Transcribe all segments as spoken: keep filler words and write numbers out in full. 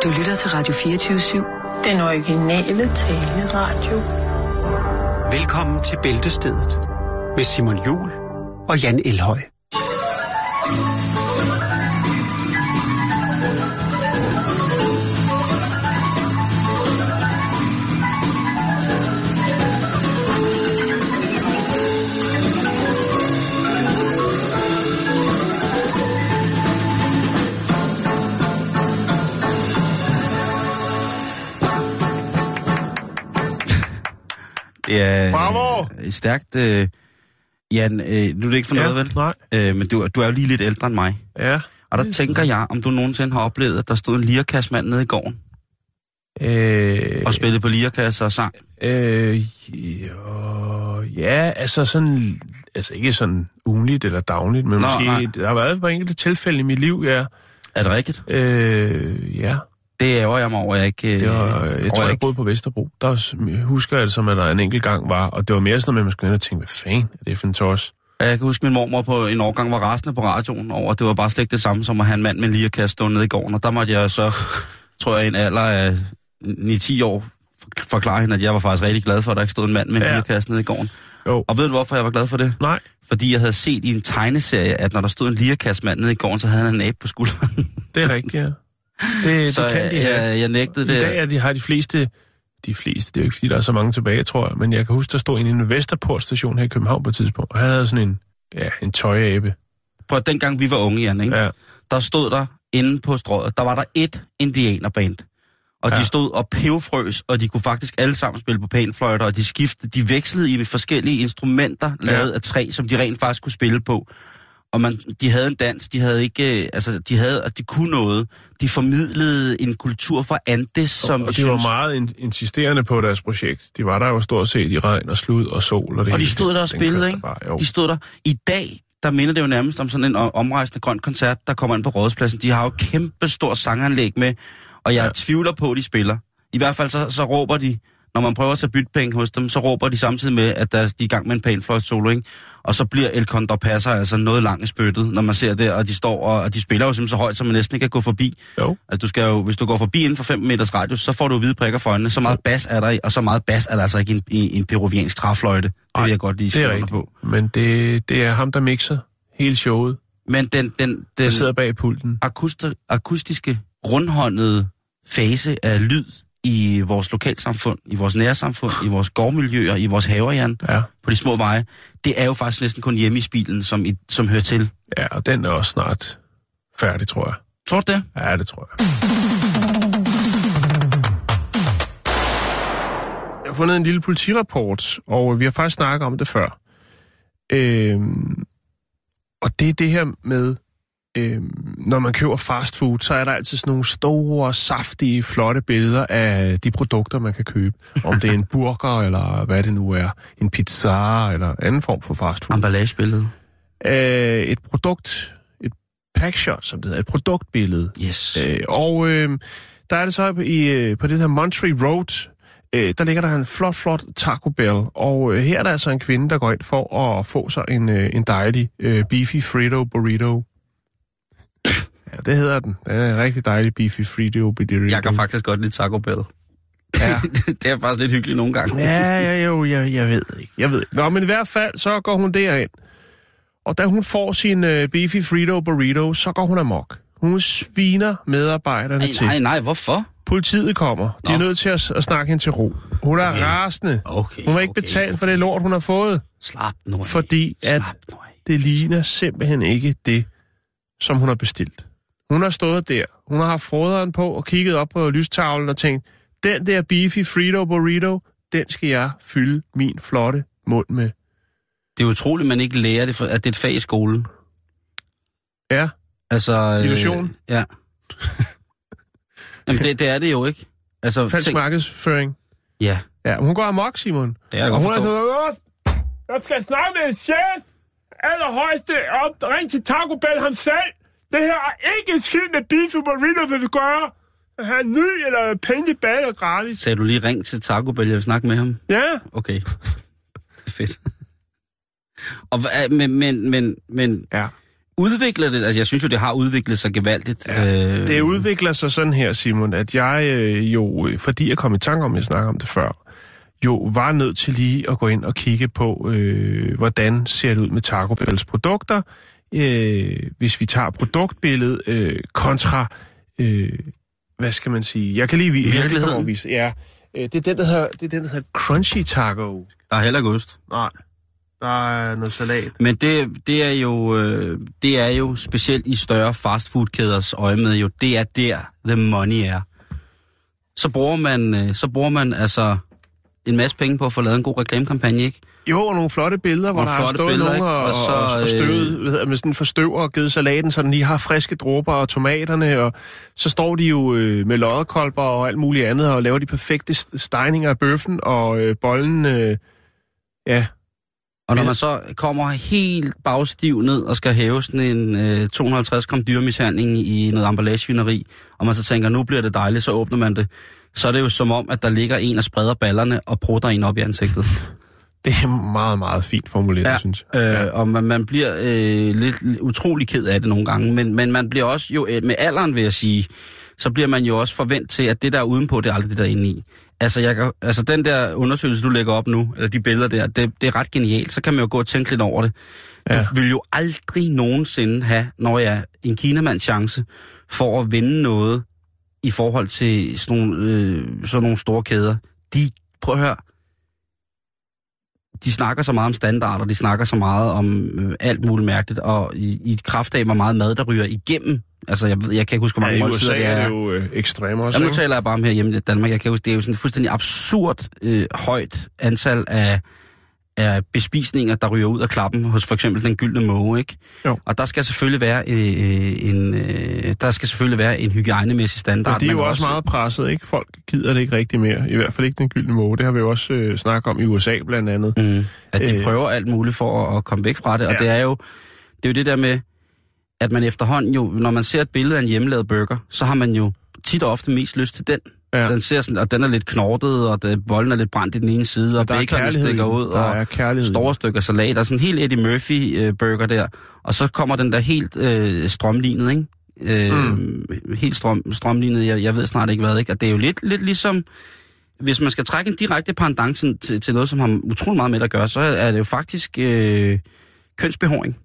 Du lytter til Radio fireogtyve syv. Den originale taleradio. Velkommen til Bæltestedet med Simon Juhl og Jan Elhøj. Det er Bravo! stærkt. Øh, Jan, øh, nu er det ikke for noget, ja, vel? Nej. Øh, men du, du er jo lige lidt ældre end mig. Ja. Og der tænker jeg, om du nogensinde har oplevet, at der stod en lirakassemand nede i gården Øh, og spillede på lirakasse og sang. øh, jo, ja, altså sådan, altså ikke sådan ugenligt eller dagligt, men Nå, måske, nej. der har været på enkelte tilfælde i mit liv, ja. Er det rigtigt? Øh, ja, Det ærger jeg mig over, jeg ikke... det var, jeg tror, jeg ikke. boede på Vesterbro. Der husker jeg det, som at der en enkelt gang var, og det var mere sådan noget med, at man skulle ind og tænke, hvad fanden er det for en tos? Jeg kan huske, min mormor på en årgang var rasende på radioen over, at det var bare slet ikke det samme som at have en mand med en lirakasse stående nede i gården. Og der måtte jeg så, tror jeg, i en alder af ni til ti år forklare hende, at jeg var faktisk rigtig glad for, at der ikke stod en mand med en Ja. lirakasse nede i gården. Jo. Og ved du, hvorfor jeg var glad for det? Nej. Fordi jeg havde set i en tegneserie, at når der stod en lirakassemand nede i gården, så havde han en abe på skulderen. Det er rigtigt, ja. Det, Så det kan de jeg, have. jeg, jeg nægtede det. I dag er de, har de fleste, de fleste, det er jo ikke fordi, der er så mange tilbage, tror jeg, men jeg kan huske, der stod en i en Vesterport station her i København på et tidspunkt, og han havde sådan en, ja, en tøjabe. Prøv at dengang vi var unge, Jan, ikke? Ja. Der stod der inde på strøget, der var der et indianerband. Og ja. Ja. De stod og pebefrøs, og de kunne faktisk alle sammen spille på panfløjter, og de skiftede, de vekslede i forskellige instrumenter, lavet Ja. af træ, som de rent faktisk kunne spille på. Og man, de havde en dans, de havde ikke, altså de havde, altså, de kunne noget. De formidlede en kultur fra Andes, som Og vi de var synes, meget in- insisterende på deres projekt. De var der jo stort set i regn og slud og sol. Og, det og de hele. stod der og Den spillede, kørte ikke? bare, jo. De stod der. I dag, der minder det jo nærmest om sådan en o- omrejsende grøn koncert, der kommer ind på Rådhuspladsen. De har jo kæmpe stor sanganlæg med, og jeg ja. tvivler på, at de spiller. I hvert fald så, så råber de, når man prøver at tage bytpenge hos dem, så råber de samtidig med, at der, de er i gang med en panfløjt solo, ikke? Og så bliver El Condor Passer altså noget langt i spyttet, når man ser det, og de står og, og de spiller jo simpelthen så højt, så man næsten ikke kan gå forbi. Jo. Altså du skal jo, hvis du går forbi inden for fem meters radius, så får du hvide prikker for øjnene. Så meget bas er der i, og så meget bas er der altså ikke i en, i en peruviansk træfløjte. Det Ej, vil jeg godt lige det er skrive under rigtigt. på. Men det, det er ham, der mixer hele showet. Men den, den, den Der sidder bag pulten. akusti- akustiske, rundhåndede fase af lyd i vores lokalsamfund, i vores nærsamfund, i vores gårdmiljøer, i vores haver, Jan, Ja. på de små veje, det er jo faktisk næsten kun hjemme i spilen, som, i, som hører til. Ja, og den er også snart færdig, tror jeg. Tror du det? Ja, det tror jeg. Jeg har fundet en lille politirapport, og vi har faktisk snakket om det før. Øhm, og det er det her med, øhm, når man køber fast food, så er der altid sådan nogle store, saftige, flotte billeder af de produkter, man kan købe. Om det er en burger, eller hvad det nu er, en pizza, eller anden form for fast food. Emballagebillede. Øh, et produkt, et packshot, som det hedder, et produktbillede. Yes. Øh, og øh, der er det så i, øh, på det her Monterey Road, øh, der ligger der en flot, flot Taco Bell. Og øh, her er der altså en kvinde, der går ind for at få sig en, øh, en dejlig øh, beefy Frito burrito. Ja, det hedder den. Den er en rigtig dejlig beefy Frito burrito. Jeg kan faktisk godt lide Taco Bell. Ja. Det er faktisk lidt hyggeligt nogle gange. Ja, ja, jo, jeg, jeg ved ikke. Jeg ved ikke. Nå, men i hvert fald, så går hun derind. Og da hun får sin uh, beefy Frito burrito, så går hun amok. Hun sviner medarbejderne Nej, til. nej, nej, hvorfor? Politiet kommer. De Nå. er nødt til at, at snakke hende til ro. Hun er Okay. rasende. Okay, Hun vil ikke okay, betale okay. for det lort, hun har fået. Slap nu af. Fordi at Slap nu af. det ligner simpelthen ikke det, som hun har bestilt. Hun har stået der. Hun har haft froderen på og kigget op på lystavlen og tænkt, den der beefy Frito burrito, den skal jeg fylde min flotte mund med. Det er utroligt, man ikke lærer det, for, at det er et fag i skolen. Ja, Altså... Illusion? Øh, ja. Jamen, det, det er det jo ikke. Altså, falsk tænk- markedsføring. Ja, Ja, hun går amok, Simon. det er jeg Og godt hun er forstå. så, jeg skal snakke med chef. Allerhøjeste op. Ring til Taco Bell ham selv. Det her er ikke skidt med beef burrito, hvad vi gør. Han ny eller penge tilbage og gratis. Sagde du lige ring til Taco Bell, jeg vil snakke med ham? Ja. Okay. Fedt. Og, hva- men, men, men, men, Ja. udvikler det, altså jeg synes jo, det har udviklet sig gevaldigt. Ja, øh, det udvikler sig sådan her, Simon, at jeg øh, jo, fordi jeg kom i tanke om, at jeg snakker om det før, jo var nødt til lige at gå ind og kigge på, øh, hvordan ser det ud med Taco Bells produkter, øh, hvis vi tager produktbilledet øh, kontra, øh, hvad skal man sige, jeg kan lige vise, virkeligheden. Vise, ja, øh, det er den, der hedder, det er den, der hedder Crunchy Taco. Der er heller ikke ost. Nej. Der er noget salat. Men det, det, er jo, øh, det er jo specielt i større fastfoodkæders øje med jo, det er der, the money er. Så bruger man, øh, så bruger man altså en masse penge på at få lavet en god reklamekampagne, ikke? Jo, og nogle flotte billeder, hvor nogle der har stået billeder, nogen og, og, så, og, og støvet øh... med sådan en forstøver og givet salaten, så den lige har friske dråber og tomaterne, og så står de jo øh, med loddekolber og alt muligt andet, og laver de perfekte stegninger af bøffen, og øh, bollen, øh, ja... Og når man så kommer helt bagstiv ned og skal hæve sådan en øh, to hundrede og halvtreds gram dyrmishandling i noget emballagevineri, og man så tænker, nu bliver det dejligt, så åbner man det, så er det jo som om, at der ligger en og spreder ballerne og prutter en op i ansigtet. Det er meget, meget fint formuleret, ja, synes jeg. Ja. Øh, og man, man bliver øh, lidt utrolig ked af det nogle gange, men, men man bliver også jo, med alderen vil jeg sige, så bliver man jo også forventet til, at det der er udenpå, det er aldrig det der inde i. Altså, jeg kan, altså den der undersøgelse, du lægger op nu, eller de billeder der, det, det er ret genialt. Så kan man jo gå og tænke lidt over det. Ja. Du vil jo aldrig nogensinde have, når jeg er en kinamands chance for at vinde noget i forhold til sådan nogle, øh, sådan nogle store kæder. De, prøv at høre, de snakker så meget om standarder, de snakker så meget om øh, alt muligt mærkeligt, og i, i kraft af, hvor meget mad, der ryger igennem. Altså, jeg, jeg kan ikke huske, hvor mange ja, måltider det er. er jo øh, ekstreme også, ja, nu taler jeg bare om herhjemme i Danmark. Jeg kan huske, det er jo sådan et fuldstændig absurd øh, højt antal af, af bespisninger, der ryger ud af klappen hos for eksempel den gyldne måge, ikke? Jo. Og der skal selvfølgelig være øh, en øh, der skal selvfølgelig være en hygiejnemæssig standard. Men de er jo også meget presset, ikke? Folk gider det ikke rigtig mere. I hvert fald ikke den gyldne måge. Det har vi jo også øh, snakket om i U S A blandt andet. Mm. At de øh. prøver alt muligt for at, at komme væk fra det. Og ja. det er jo det er jo det der med, at man efterhånden jo, når man ser et billede af en hjemmelavet burger, så har man jo tit og ofte mest lyst til den. Ja. Den ser sådan, og den er lidt knortet, og det, bollen er lidt brændt i den ene side, og baconet stikker ud, og store stykker salat, og sådan en helt Eddie Murphy-burger der. Og så kommer den der helt øh, strømlignet, ikke? Øh, mm. Helt strøm, strømlignet, jeg, jeg ved snart ikke hvad, ikke? Og det er jo lidt, lidt ligesom, hvis man skal trække en direkte pendant til, til, til noget, som har utrolig meget med at gøre, så er det jo faktisk øh, kønsbehåring.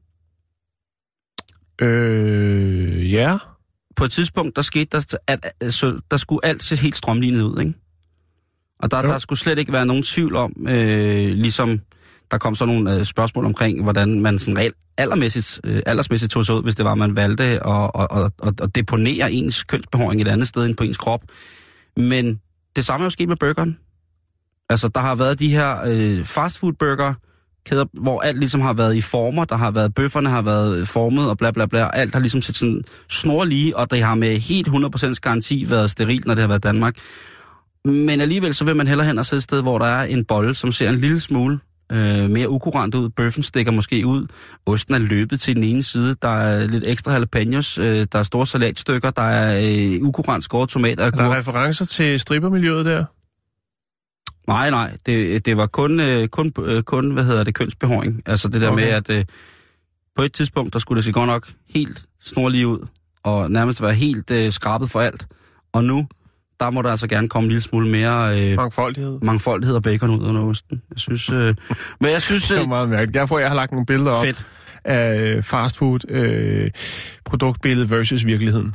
Øh, ja. På et tidspunkt, der skete der, at, at så, der skulle alt se helt strømlignet ud, ikke? Og der, der skulle slet ikke være nogen tvivl om, øh, ligesom der kom så nogle øh, spørgsmål omkring, hvordan man sådan reelt aldermæssigt, øh, aldersmæssigt tog sig ud, hvis det var, man valgte at, at, at, at, at deponere ens kønsbehåring et andet sted end på ens krop. Men det samme er jo sket med burgeren. Altså, der har været de her øh, fastfood-burger, kæder, hvor alt ligesom har været i former, der har været, bøfferne har været formet og bla bla bla, og alt har ligesom set sådan snorlige, og det har med helt hundrede procent garanti været sterilt, når det har været Danmark. Men alligevel så vil man hellere hen og sidde et sted, hvor der er en bolle, som ser en lille smule øh, mere ukurant ud. Bøffen stikker måske ud. Osten er løbet til den ene side. Der er lidt ekstra jalapenos. Øh, der er store salatstykker. Der er øh, ukurant skåret tomater. Er der referencer til strippermiljøet der? Nej, nej. Det, det var kun, øh, kun, øh, kun, hvad hedder det, kønsbehåring. Altså det der okay. med, at øh, på et tidspunkt, der skulle det se godt nok helt snorlige ud, og nærmest være helt øh, skrabet for alt. Og nu, der må der altså gerne komme en lille smule mere... Øh, mangfoldighed. Mangfoldighed og bacon ud under osten. Jeg synes... Øh, men jeg synes... Øh, det er meget mærkeligt. Jeg får, jeg har lagt nogle billeder op fedt. af fastfood øh, produktbillede versus virkeligheden.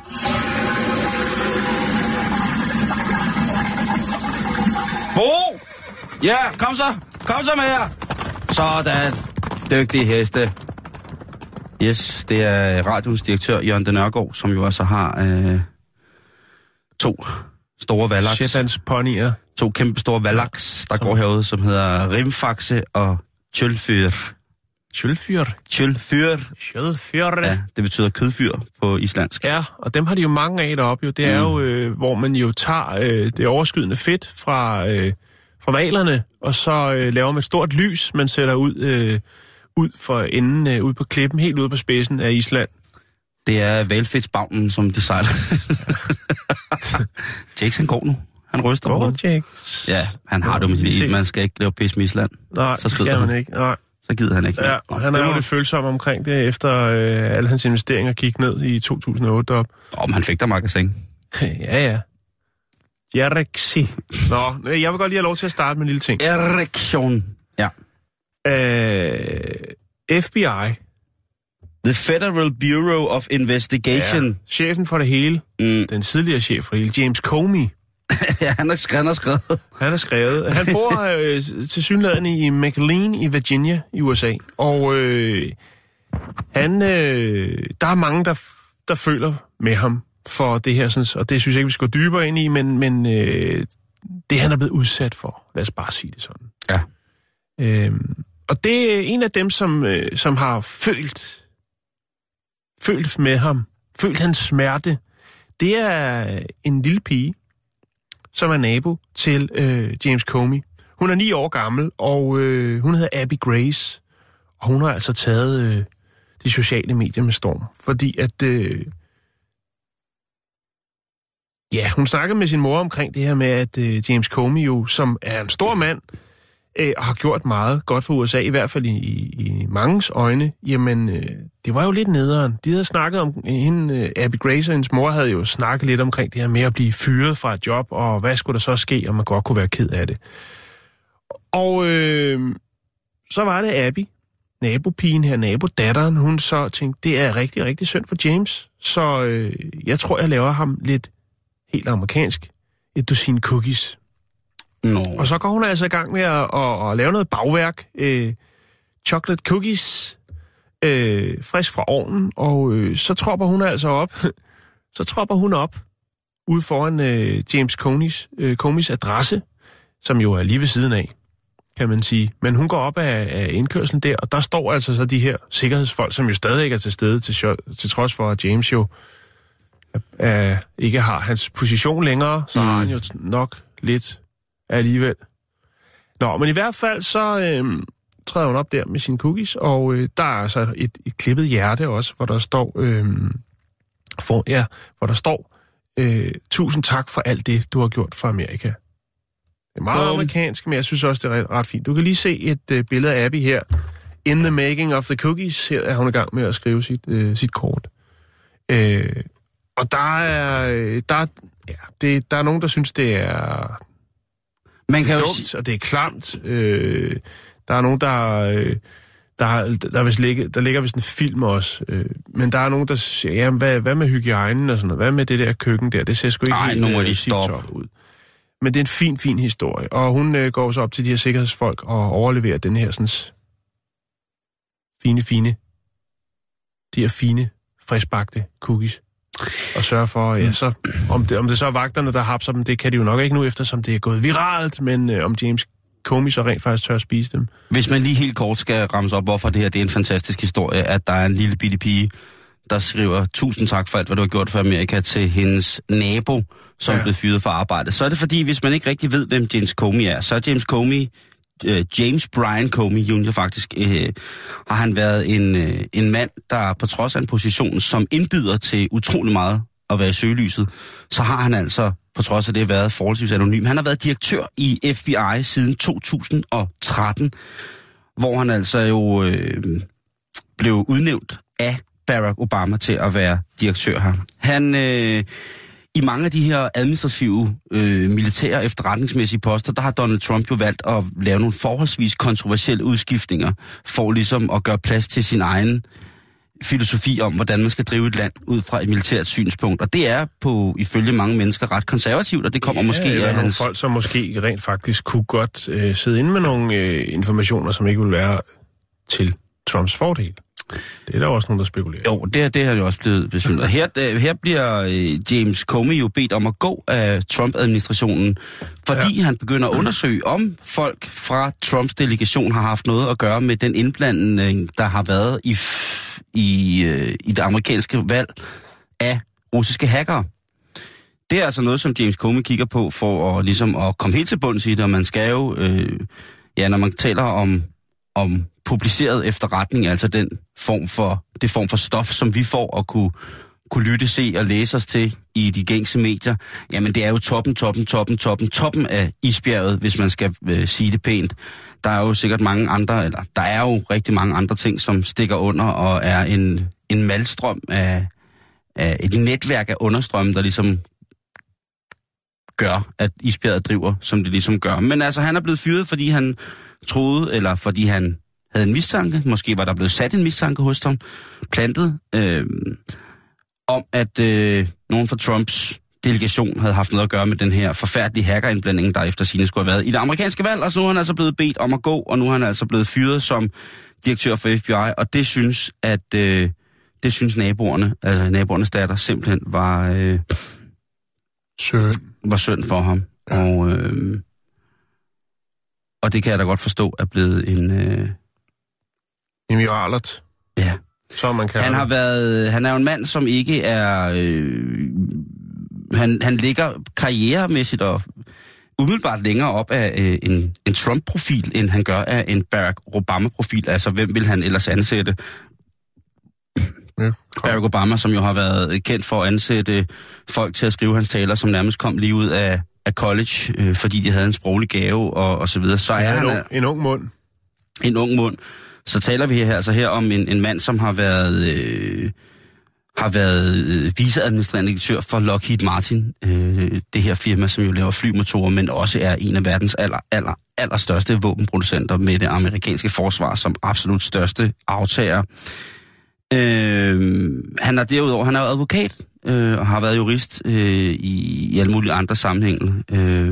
Bo! Ja, kom så! Kom så med her! Sådan. Dygtige heste. Yes, det er radions direktør, Jørgen de Nørgaard, som jo også har øh, to store valaks. Shetlands ponyer. To kæmpe store valaks, der som... går herude, som hedder Rimfaxe og Tjølfyr. Tjølfyr? Tjølfyr. Tjølfyr. Ja, det betyder kødfyr på islandsk. Ja, og dem har de jo mange af deroppe jo. Det er mm. jo, øh, hvor man jo tager øh, det overskydende fedt fra, øh, fra valerne, og så øh, laver man et stort lys, man sætter ud, øh, ud for enden, øh, ud på klippen, helt ude på spidsen af Island. Det er valfedtsbavnen, som de sejler. Jakes, han går nu. Han ryster på det. Ja, han har det med liv. Man skal ikke lave pis med Island. Nej, så skal man ikke. Nej. så gider han ikke. Ja, og han er jo lidt følsom omkring det, efter øh, alle hans investeringer gik ned i to tusind og otte op. Åh, men han fik der magasin. ja, ja. Jerexi. Nå, jeg vil godt lige have lov til at starte med en lille ting. Erektion. Ja. Øh, F B I. The Federal Bureau of Investigation. Ja, chefen for det hele. Mm. Den tidligere chef for det hele, James Comey. ja, han har skrevet. skrevet. Han har skrevet. Han bor øh, tilsyneladende i McLean i Virginia i U S A. Og øh, han, øh, der er mange, der, der føler med ham for det her, sådan, og det synes jeg ikke, vi skal gå dybere ind i, men, men øh, det han er blevet udsat for. Lad os bare sige det sådan. Ja. Øhm, og det er en af dem, som, øh, som har følt, følt med ham, følt hans smerte. Det er en lille pige, som er nabo til øh, James Comey. Hun er ni år gammel, og øh, hun hedder Abby Grace, og hun har altså taget øh, de sociale medier med storm, fordi at øh, ja, hun snakkede med sin mor omkring det her med, at øh, James Comey jo, som er en stor mand, øh, har gjort meget godt for U S A, i hvert fald i, i, i manges øjne. Jamen, øh, det var jo lidt nederen. De havde snakket om, hende, øh, Abby Grace og hendes mor havde jo snakket lidt omkring det her med at blive fyret fra et job, og hvad skulle der så ske, og man godt kunne være ked af det. Og øh, så var det Abby, nabopigen her, nabodatteren, hun så tænkte, det er rigtig, rigtig synd for James, så øh, jeg tror, jeg laver ham lidt helt amerikansk, et dusin cookies. No. Og så går hun altså i gang med at, at, at lave noget bagværk. Øh, chocolate cookies, øh, frisk fra ovnen, og øh, så tropper hun altså op. så tropper hun op ude foran øh, James Comeys, øh, Comeys adresse, som jo er lige ved siden af, kan man sige. Men hun går op af, af indkørslen der, og der står altså så de her sikkerhedsfolk, som jo stadig ikke er til stede, til, til trods for, at James jo øh, ikke har hans position længere, så mm. har han jo nok lidt alligevel. Nå, men i hvert fald så øh, træder hun op der med sine cookies, og øh, der er altså et, et klippet hjerte også, hvor der står, øh, for, ja, hvor der står, øh, tusind tak for alt det, du har gjort for Amerika. Det er meget um. amerikansk, men jeg synes også, det er ret, ret fint. Du kan lige se et øh, billede af Abby her. In the making of the cookies. Her er hun i gang med at skrive sit, øh, sit kort. Øh, og der er, der, er, ja, det, der er nogen, der synes, det er Man kan dumt, jo... og det er klamt. Øh, der er nogen, der... Øh, der, har, der, der, ligger, der ligger vist en film også. Øh, men der er nogen, der siger, jamen, hvad, hvad med hygiejnen og sådan noget? Hvad med det der køkken der? Det ser sgu ikke Ej, helt nu må de øh, stoppe ud. Men det er en fin, fin historie. Og hun øh, går så op til de her sikkerhedsfolk og overleverer den her sådan fine, fine, de her fine, friskbagte cookies. Og sørger for, ja, så, om det, om det så er vagterne, der hapser dem, det kan de jo nok ikke nu, eftersom det er gået viralt, men øh, om James Comey så rent faktisk tør at spise dem. Hvis man lige helt kort skal ramse op, hvorfor det her det er en fantastisk historie, at der er en lille bitte pige, der skriver tusind tak for alt, hvad du har gjort for Amerika, til hendes nabo, som ja. blev fyret fra arbejdet. Så er det fordi, hvis man ikke rigtig ved, hvem James Comey er, så er James Comey, øh, James Brian Comey junior faktisk, øh, har han været en, øh, en mand, der på trods af en position, som indbyder til utrolig meget at være i søgelyset, så har han altså på trods af det været forholdsvis anonym. Han har været direktør i F B I siden to tusind og tretten, hvor han altså jo øh, blev udnævnt af Barack Obama til at være direktør her. Han, øh, i mange af de her administrative, øh, militære efterretningsmæssige poster, der har Donald Trump jo valgt at lave nogle forholdsvis kontroversielle udskiftninger, for ligesom at gøre plads til sin egen filosofi om, hvordan man skal drive et land ud fra et militært synspunkt. Og det er på, ifølge mange mennesker, ret konservativt, og det kommer ja, måske af hans... nogle folk, som måske rent faktisk kunne godt øh, sidde inde med nogle øh, informationer, som ikke vil være til Trumps fordel. Det er der også nogen, der spekulerer. Jo, det, det har jo også blevet besyndet. Her, her bliver øh, James Comey jo bedt om at gå af Trump-administrationen, fordi ja. han begynder at undersøge, om folk fra Trumps delegation har haft noget at gøre med den indblanding, der har været i, i, øh, i det amerikanske valg af russiske hackere. Det er altså noget, som James Comey kigger på for at, ligesom, at komme helt til bunds i det, og man skal jo, øh, ja, når man taler om, om publiceret efterretning, altså den form for, det form for stof, som vi får at kunne kunne lytte, se og læse os til i de gængse medier, jamen det er jo toppen, toppen, toppen, toppen, toppen af isbjerget, hvis man skal øh, sige det pænt. Der er jo sikkert mange andre, eller der er jo rigtig mange andre ting, som stikker under og er en, en malstrøm af, af et netværk af understrømme, der ligesom gør, at isbjerget driver, som det ligesom gør. Men altså, han er blevet fyret, fordi han troede, eller fordi han havde en mistanke, måske var der blevet sat en mistanke hos ham, plantet, øh, om at øh, nogen fra Trumps delegation havde haft noget at gøre med den her forfærdelige hackerindblanding, der efter sigende skulle have været i det amerikanske valg, og så nu er han altså blevet bedt om at gå, og nu er han altså blevet fyret som direktør for F B I, og det synes, at øh, det synes naboerne, altså naboernes datter, simpelthen var øh, synd. var synd for ham. Ja. Og, øh, og det kan jeg da godt forstå er blevet en... Øh, en viralert. Ja. Så man kan han har været, han er jo en mand, som ikke er... Øh, han, han ligger karrieremæssigt og umiddelbart længere op af øh, en, en Trump-profil, end han gør af en Barack Obama-profil. Altså, hvem vil han ellers ansætte? Ja, Barack Obama, som jo har været kendt for at ansætte folk til at skrive hans taler, som nærmest kom lige ud af, af college, øh, fordi de havde en sproglig gave og, og så videre. Så er ja, han en, ung, en ung mund. En ung mund. Så taler vi her, altså her om en, en mand, som har været... Øh, har været øh, viceadministrerende direktør for Lockheed Martin, øh, det her firma, som jo laver flymotorer, men også er en af verdens aller, aller, aller største våbenproducenter med det amerikanske forsvar som absolut største aftager. Øh, han er derudover, han er advokat øh, og har været jurist øh, i, i alle mulige andre sammenhænge. Øh,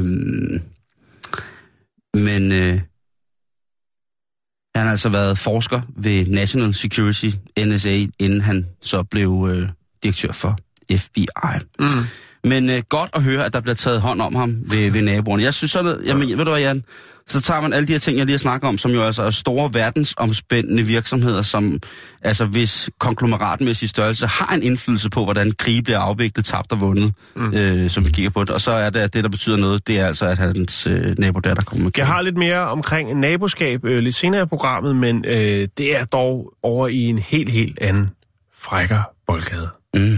men øh, han har altså været forsker ved National Security, N S A, inden han så blev øh, direktør for F B I. Mm. Men øh, godt at høre, at der bliver taget hånd om ham ved, ved naboerne. Jeg synes sådan, jamen, ved du hvad, Jan, så tager man alle de her ting, jeg lige har snakket om, som jo altså er store verdensomspændende virksomheder, som altså hvis konglomeratmæssig størrelse har en indflydelse på, hvordan krige bliver afviklet, tabt og vundet, mm. øh, som vi kigger på det. Og så er det, at det, der betyder noget, det er altså, at hans øh, nabodatter kommer med. Jeg har lidt mere omkring naboskab øh, lidt senere i programmet, men øh, det er dog over i en helt, helt anden frækker boldgade. Mm.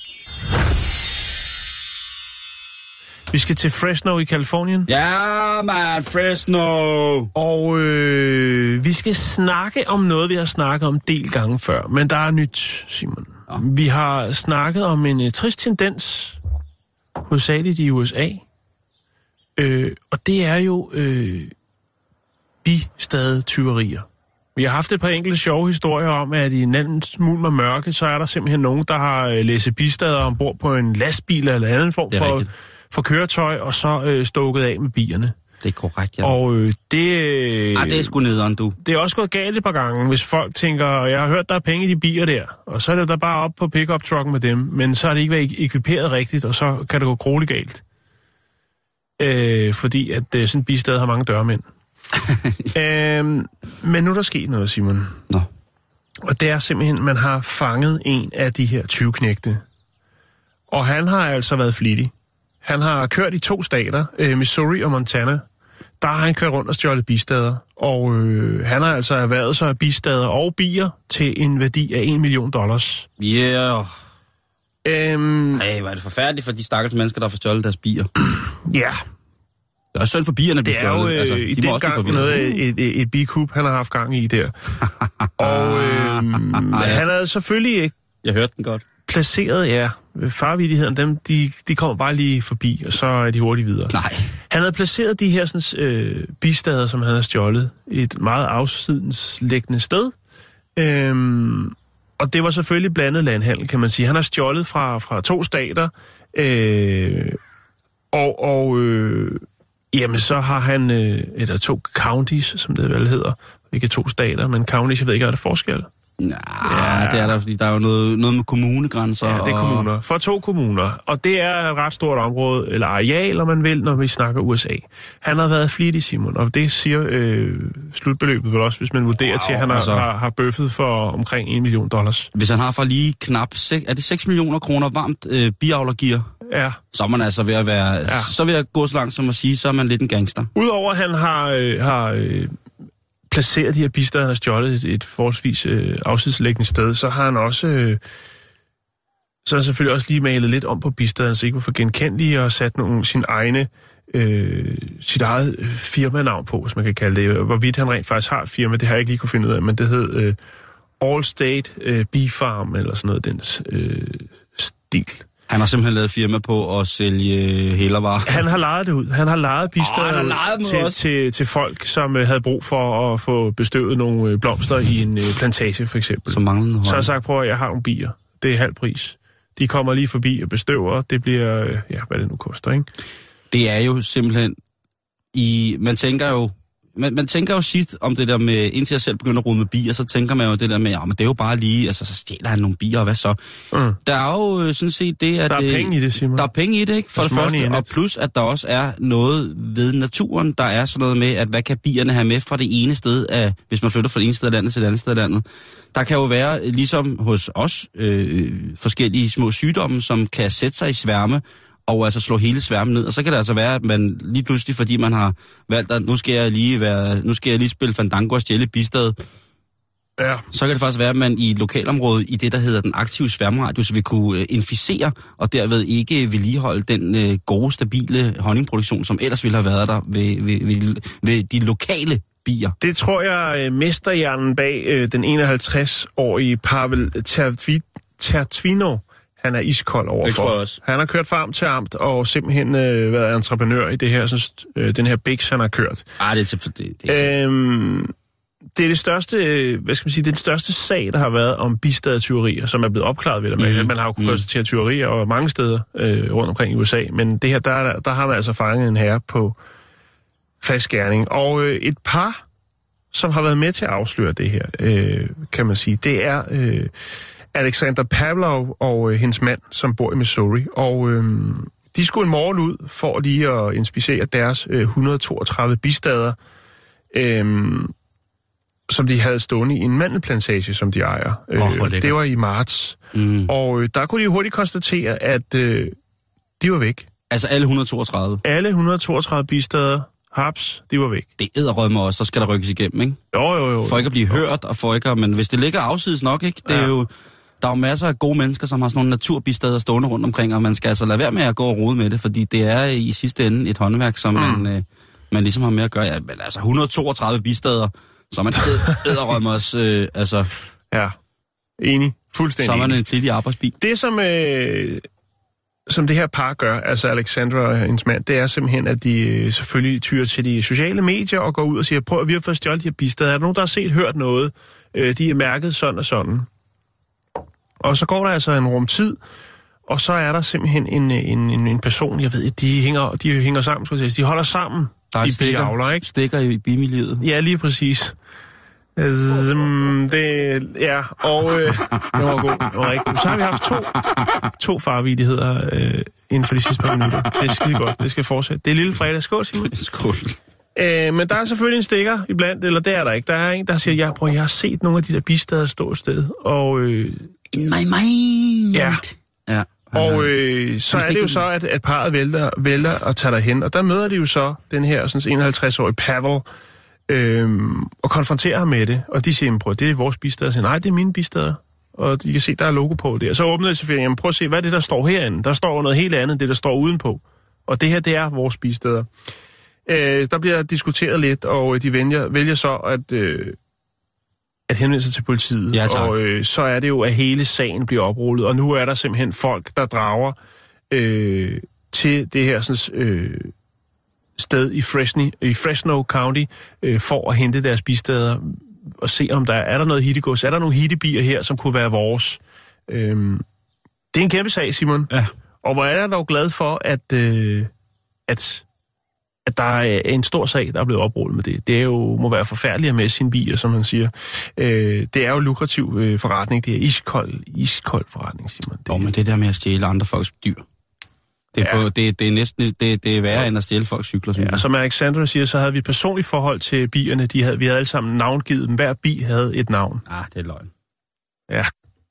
Vi skal til Fresno i Californien. Ja, man, Fresno! Og øh, vi skal snakke om noget, vi har snakket om del gange før. Men der er nyt, Simon. Ja. Vi har snakket om en uh, trist tendens, hovedsageligt i U S A. Øh, og det er jo øh, bistade-tyverier. Vi har haft et par enkelte sjove historier om, at i nærmest mulm og mørke, så er der simpelthen nogen, der har øh, læsset bistader ombord på en lastbil eller anden form for... Rigtigt. for køretøj, og så øh, stukket af med bierne. Det er korrekt, ja. Og øh, det... Øh, Ej, det er sgu nederen, du. Det er også gået galt et par gange, hvis folk tænker, jeg har hørt, der er penge i de bier der, og så er det der bare op på pick-up-trucken med dem, men så er det ikke været ekviperet rigtigt, og så kan det gå grueligt galt. Øh, fordi at øh, sådan en bistad har mange dørmænd. øh, men nu er der sket noget, Simon. Nå. Og det er simpelthen, man har fanget en af de her tyveknægte. Og han har altså været flittig. Han har kørt i to stater, øh, Missouri og Montana. Der har han kørt rundt og stjålet bistader. Og øh, han har altså erhvervet sig af bistader og bier til en værdi af en million dollars. Yeah. Øhm, Ej, hvor er det forfærdeligt for de stakkels mennesker, der får stjålet deres bier. Ja. Det er også synd for bierne, der bliver stjålet. Det er jo øh, altså, de i den gang noget af et, et, et bikub, han har haft gang i der. Og øh, han er selvfølgelig ikke... Jeg hørte den godt. Placeret, ja. Farvidigheden, dem, de, de kommer bare lige forbi, og så er de hurtigt videre. Nej. Han havde placeret de her sådan, øh, bistader, som han havde stjålet, i et meget afsidensliggende sted. Øhm, og det var selvfølgelig blandet landhandel, kan man sige. Han har stjålet fra, fra to stater, øh, og, og øh, jamen, så har han, øh, eller to counties, som det vel hedder. Ikke to stater, men counties, jeg ved ikke, hvad der er forskel. Nej, ja, det er der, fordi der er jo noget, noget med kommunegrænser. Ja, det er kommuner. For to kommuner. Og det er et ret stort område, eller areal, om man vil, når vi snakker U S A. Han har været flittig, Simon, og det siger øh, slutbeløbet vel også, hvis man vurderer wow, til, at han har, altså, har, har bøffet for omkring en million dollars. Hvis han har for lige knap, er det seks millioner kroner varmt øh, biavlergear? Ja. Så er man altså ved at være, ja. så vil jeg gå så langt som at sige, så er man lidt en gangster. Udover at han har... Øh, har øh, placeret de her bistader, han har stjålet et, et forholdsvis øh, afsidesliggende sted, så har han også øh, så har han selvfølgelig også lige malet lidt om på bistaden, så ikke var for genkendelige, og sat nogle sin egne, øh, sit eget firmanavn på, hvis man kan kalde det. Hvorvidt han rent faktisk har et firma, det har jeg ikke lige kunne finde ud af, men det hed øh, All State øh, Bee Farm, eller sådan noget, den øh, stil. Han har simpelthen lavet firma på at sælge hælervarer. Han har lejet det ud. Han har lejet bistaden oh, til, til, til folk, som øh, havde brug for at få bestøvet nogle øh, blomster i en øh, plantage, for eksempel. Så mangler noget. Så har jeg sagt, prøv at jeg har nogle bier. Det er halv pris. De kommer lige forbi og bestøver. Det bliver, øh, ja, hvad det nu koster, ikke? Det er jo simpelthen i... Man tænker jo... Man, man tænker jo shit om det der med, indtil jeg selv begynder at rode med bier, så tænker man jo det der med, ja, men det er jo bare lige, altså så stjæler han nogle bier, og hvad så? Mm. Der er jo sådan set det, at... Der er penge i det, Simon. Der er penge i det, ikke? For det første, og plus at der også er noget ved naturen, der er sådan noget med, at hvad kan bierne have med fra det ene sted, af, hvis man flytter fra det ene sted af landet til det andet sted af landet. Der kan jo være, ligesom hos os, øh, forskellige små sygdomme, som kan sætte sig i sværme, og altså slå hele sværmen ned. Og så kan det altså være, at man lige pludselig, fordi man har valgt, at nu skal jeg lige, være, nu skal jeg lige spille Fandango og stjæle Bistad, ja. Så kan det faktisk være, at man i lokalområdet, i det, der hedder den aktive sværmeradius, vil kunne øh, inficere, og derved ikke vedligeholde den øh, gode, stabile honningproduktion, som ellers ville have været der ved, ved, ved, ved de lokale bier. Det tror jeg, øh, mesterhjernen bag øh, den enoghalvtreds-årige Pavel Tertvino, han er iskold overfor. Han har kørt farm til amt og simpelthen øh, været entreprenør i det her, så, øh, den her Bix, han har kørt. Ah, det er til det. det er øhm, det er det største, øh, hvad skal man sige, det er den største sag, der har været om bistadetyverier, som er blevet opklaret ved det. Mm-hmm. Man har jo kunnet mm. konstatere tyverier og mange steder øh, rundt omkring i U S A, men det her, der, der har man altså fanget en herre på fast gerning. Og øh, et par, som har været med til at afsløre det her, øh, kan man sige, det er... Øh, Alexander Pavlov og øh, hendes mand, som bor i Missouri. Og øh, de skulle en morgen ud for lige at inspicere deres øh, et hundrede og toogtredive bistader, øh, som de havde stående i en mandelplantage, som de ejer. Oh, øh, det var i marts. Mm. Og øh, der kunne de hurtigt konstatere, at øh, de var væk. Altså alle et hundrede og toogtredive? Alle et hundrede og toogtredive bistader, haps, de var væk. Det edderrødme også, så skal der rykkes igennem, ikke? Jo, jo, jo. For ikke at blive hørt, og for ikke at... Men hvis det ligger afsides nok, ikke? Det er ja. jo... Der er jo masser af gode mennesker, som har sådan nogle naturbistader stående rundt omkring, og man skal altså lade være med at gå og rode med det, fordi det er i sidste ende et håndværk, som mm. man, øh, man ligesom har med at gøre. Ja, men altså et hundrede og toogtredive bistader, så man edderrømmer os, øh, altså... Ja, enig. Fuldstændig. Så er man en flittig arbejdsbil. Det, som, øh, som det her par gør, altså Alexandra og hendes mand, det er simpelthen, at de øh, selvfølgelig tyrer til de sociale medier og går ud og siger, prøv at vi har fået stjålet de her bistader. Er der nogen, der har set, hørt noget? Øh, de er mærket sådan og sådan. Og så går der altså en rum tid, og så er der simpelthen en, en, en, en person, jeg ved, de hænger, de hænger sammen, skulle jeg sige. De holder sammen, der er de stikker, biavler, ikke? Stikker i bimiljøet. Ja, lige præcis. Um, det, ja, og øh, det var god. Det var rigtig god. Så har vi haft to, to farvidigheder øh, inden for de sidste par minutter. Det er skide godt, det skal fortsætte. Det er lille fredag. Skål, Simon. Skål. Øh, men der er selvfølgelig en stikker iblandt, eller det er der ikke. Der er en, der siger, ja, prøv, jeg har set nogle af de der bistader stå et sted, og... Øh, in my mind. Ja. Ja. Og øh, så er det jo så, at, at parret vælter, vælter og tager derhen, og der møder de jo så den her sådan enoghalvtreds-årige Pavel, øh, og konfronterer ham med det, og de siger, prøv, det er vores bistader. Og siger, nej, det er mine bistader. Og de kan se, der er logo på det. Og så åbner de selvfølgelig, jamen prøv at se, hvad er det, der står herinde? Der står noget helt andet, det der står udenpå. Og det her, det er vores bistader. Øh, der bliver diskuteret lidt, og de vælger, vælger så at, øh, at henvende sig til politiet. Ja, og øh, så er det jo, at hele sagen bliver oprullet. Og nu er der simpelthen folk, der drager øh, til det her sådan, øh, sted i Fresno, i Fresno County øh, for at hente deres bistader og se, om der er der noget hittegods. Er der nogle hittebier her, som kunne være vores? Øh, det er en kæmpe sag, Simon. Ja. Og hvor er jeg dog glad for, at... Øh, at at der er en stor sag, der er blevet oprullet med det. Det er jo, må være forfærdeligt at med sine bier, som man siger. Øh, det er jo lukrativ øh, forretning. Det er iskold, iskold forretning, Simon. Det, oh, men det der med at stjæle andre folks dyr, det er, ja. på, det, det er næsten det, det er værre ja. end at stjæle folks cykler. Ja, som Alexandra siger, så havde vi et personligt forhold til bierne. De havde, vi havde alle sammen navngivet dem. Hver bi havde et navn. Ah, det er løgn. Ja.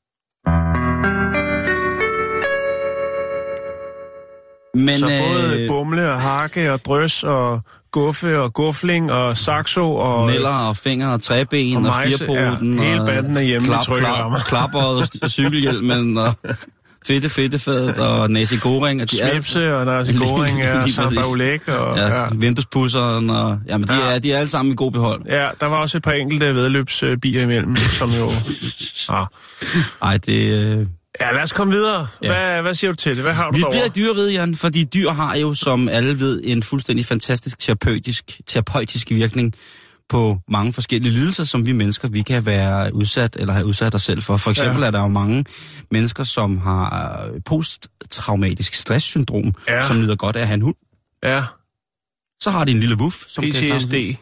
Men, så både øh, bumle og hakke og drøs og guffe og gufling og saxo og... Neller og fingre og træben og, og firpoten. Ja, hele banden er hjemme klap, i trykkerammer. Klap, klapper og cykelhjelmen og Fedte, fedtefadet og Nasi Goreng. Svipse og Nasi Goreng og Samba Oleg. Og, ja, ja. Vinduespusseren og... Jamen, de, ja. er, de er alle sammen i god behold. Ja, der var også et par enkelte vedløbsbier imellem, som jo... Ah. Ej, det... Øh... Ja, lad os komme videre. Ja. Hvad, hvad siger du til det? Hvad har du Vi derovre? bliver i dyreriget, Jan, fordi dyr har jo, som alle ved, en fuldstændig fantastisk terapeutisk, terapeutisk virkning på mange forskellige lidelser, som vi mennesker, vi kan være udsat eller have udsat os selv for. For eksempel ja. er der jo mange mennesker, som har posttraumatisk stresssyndrom, ja. som nyder godt af at have en hund. Ja. Så har de en lille wuff, som P T S D. kan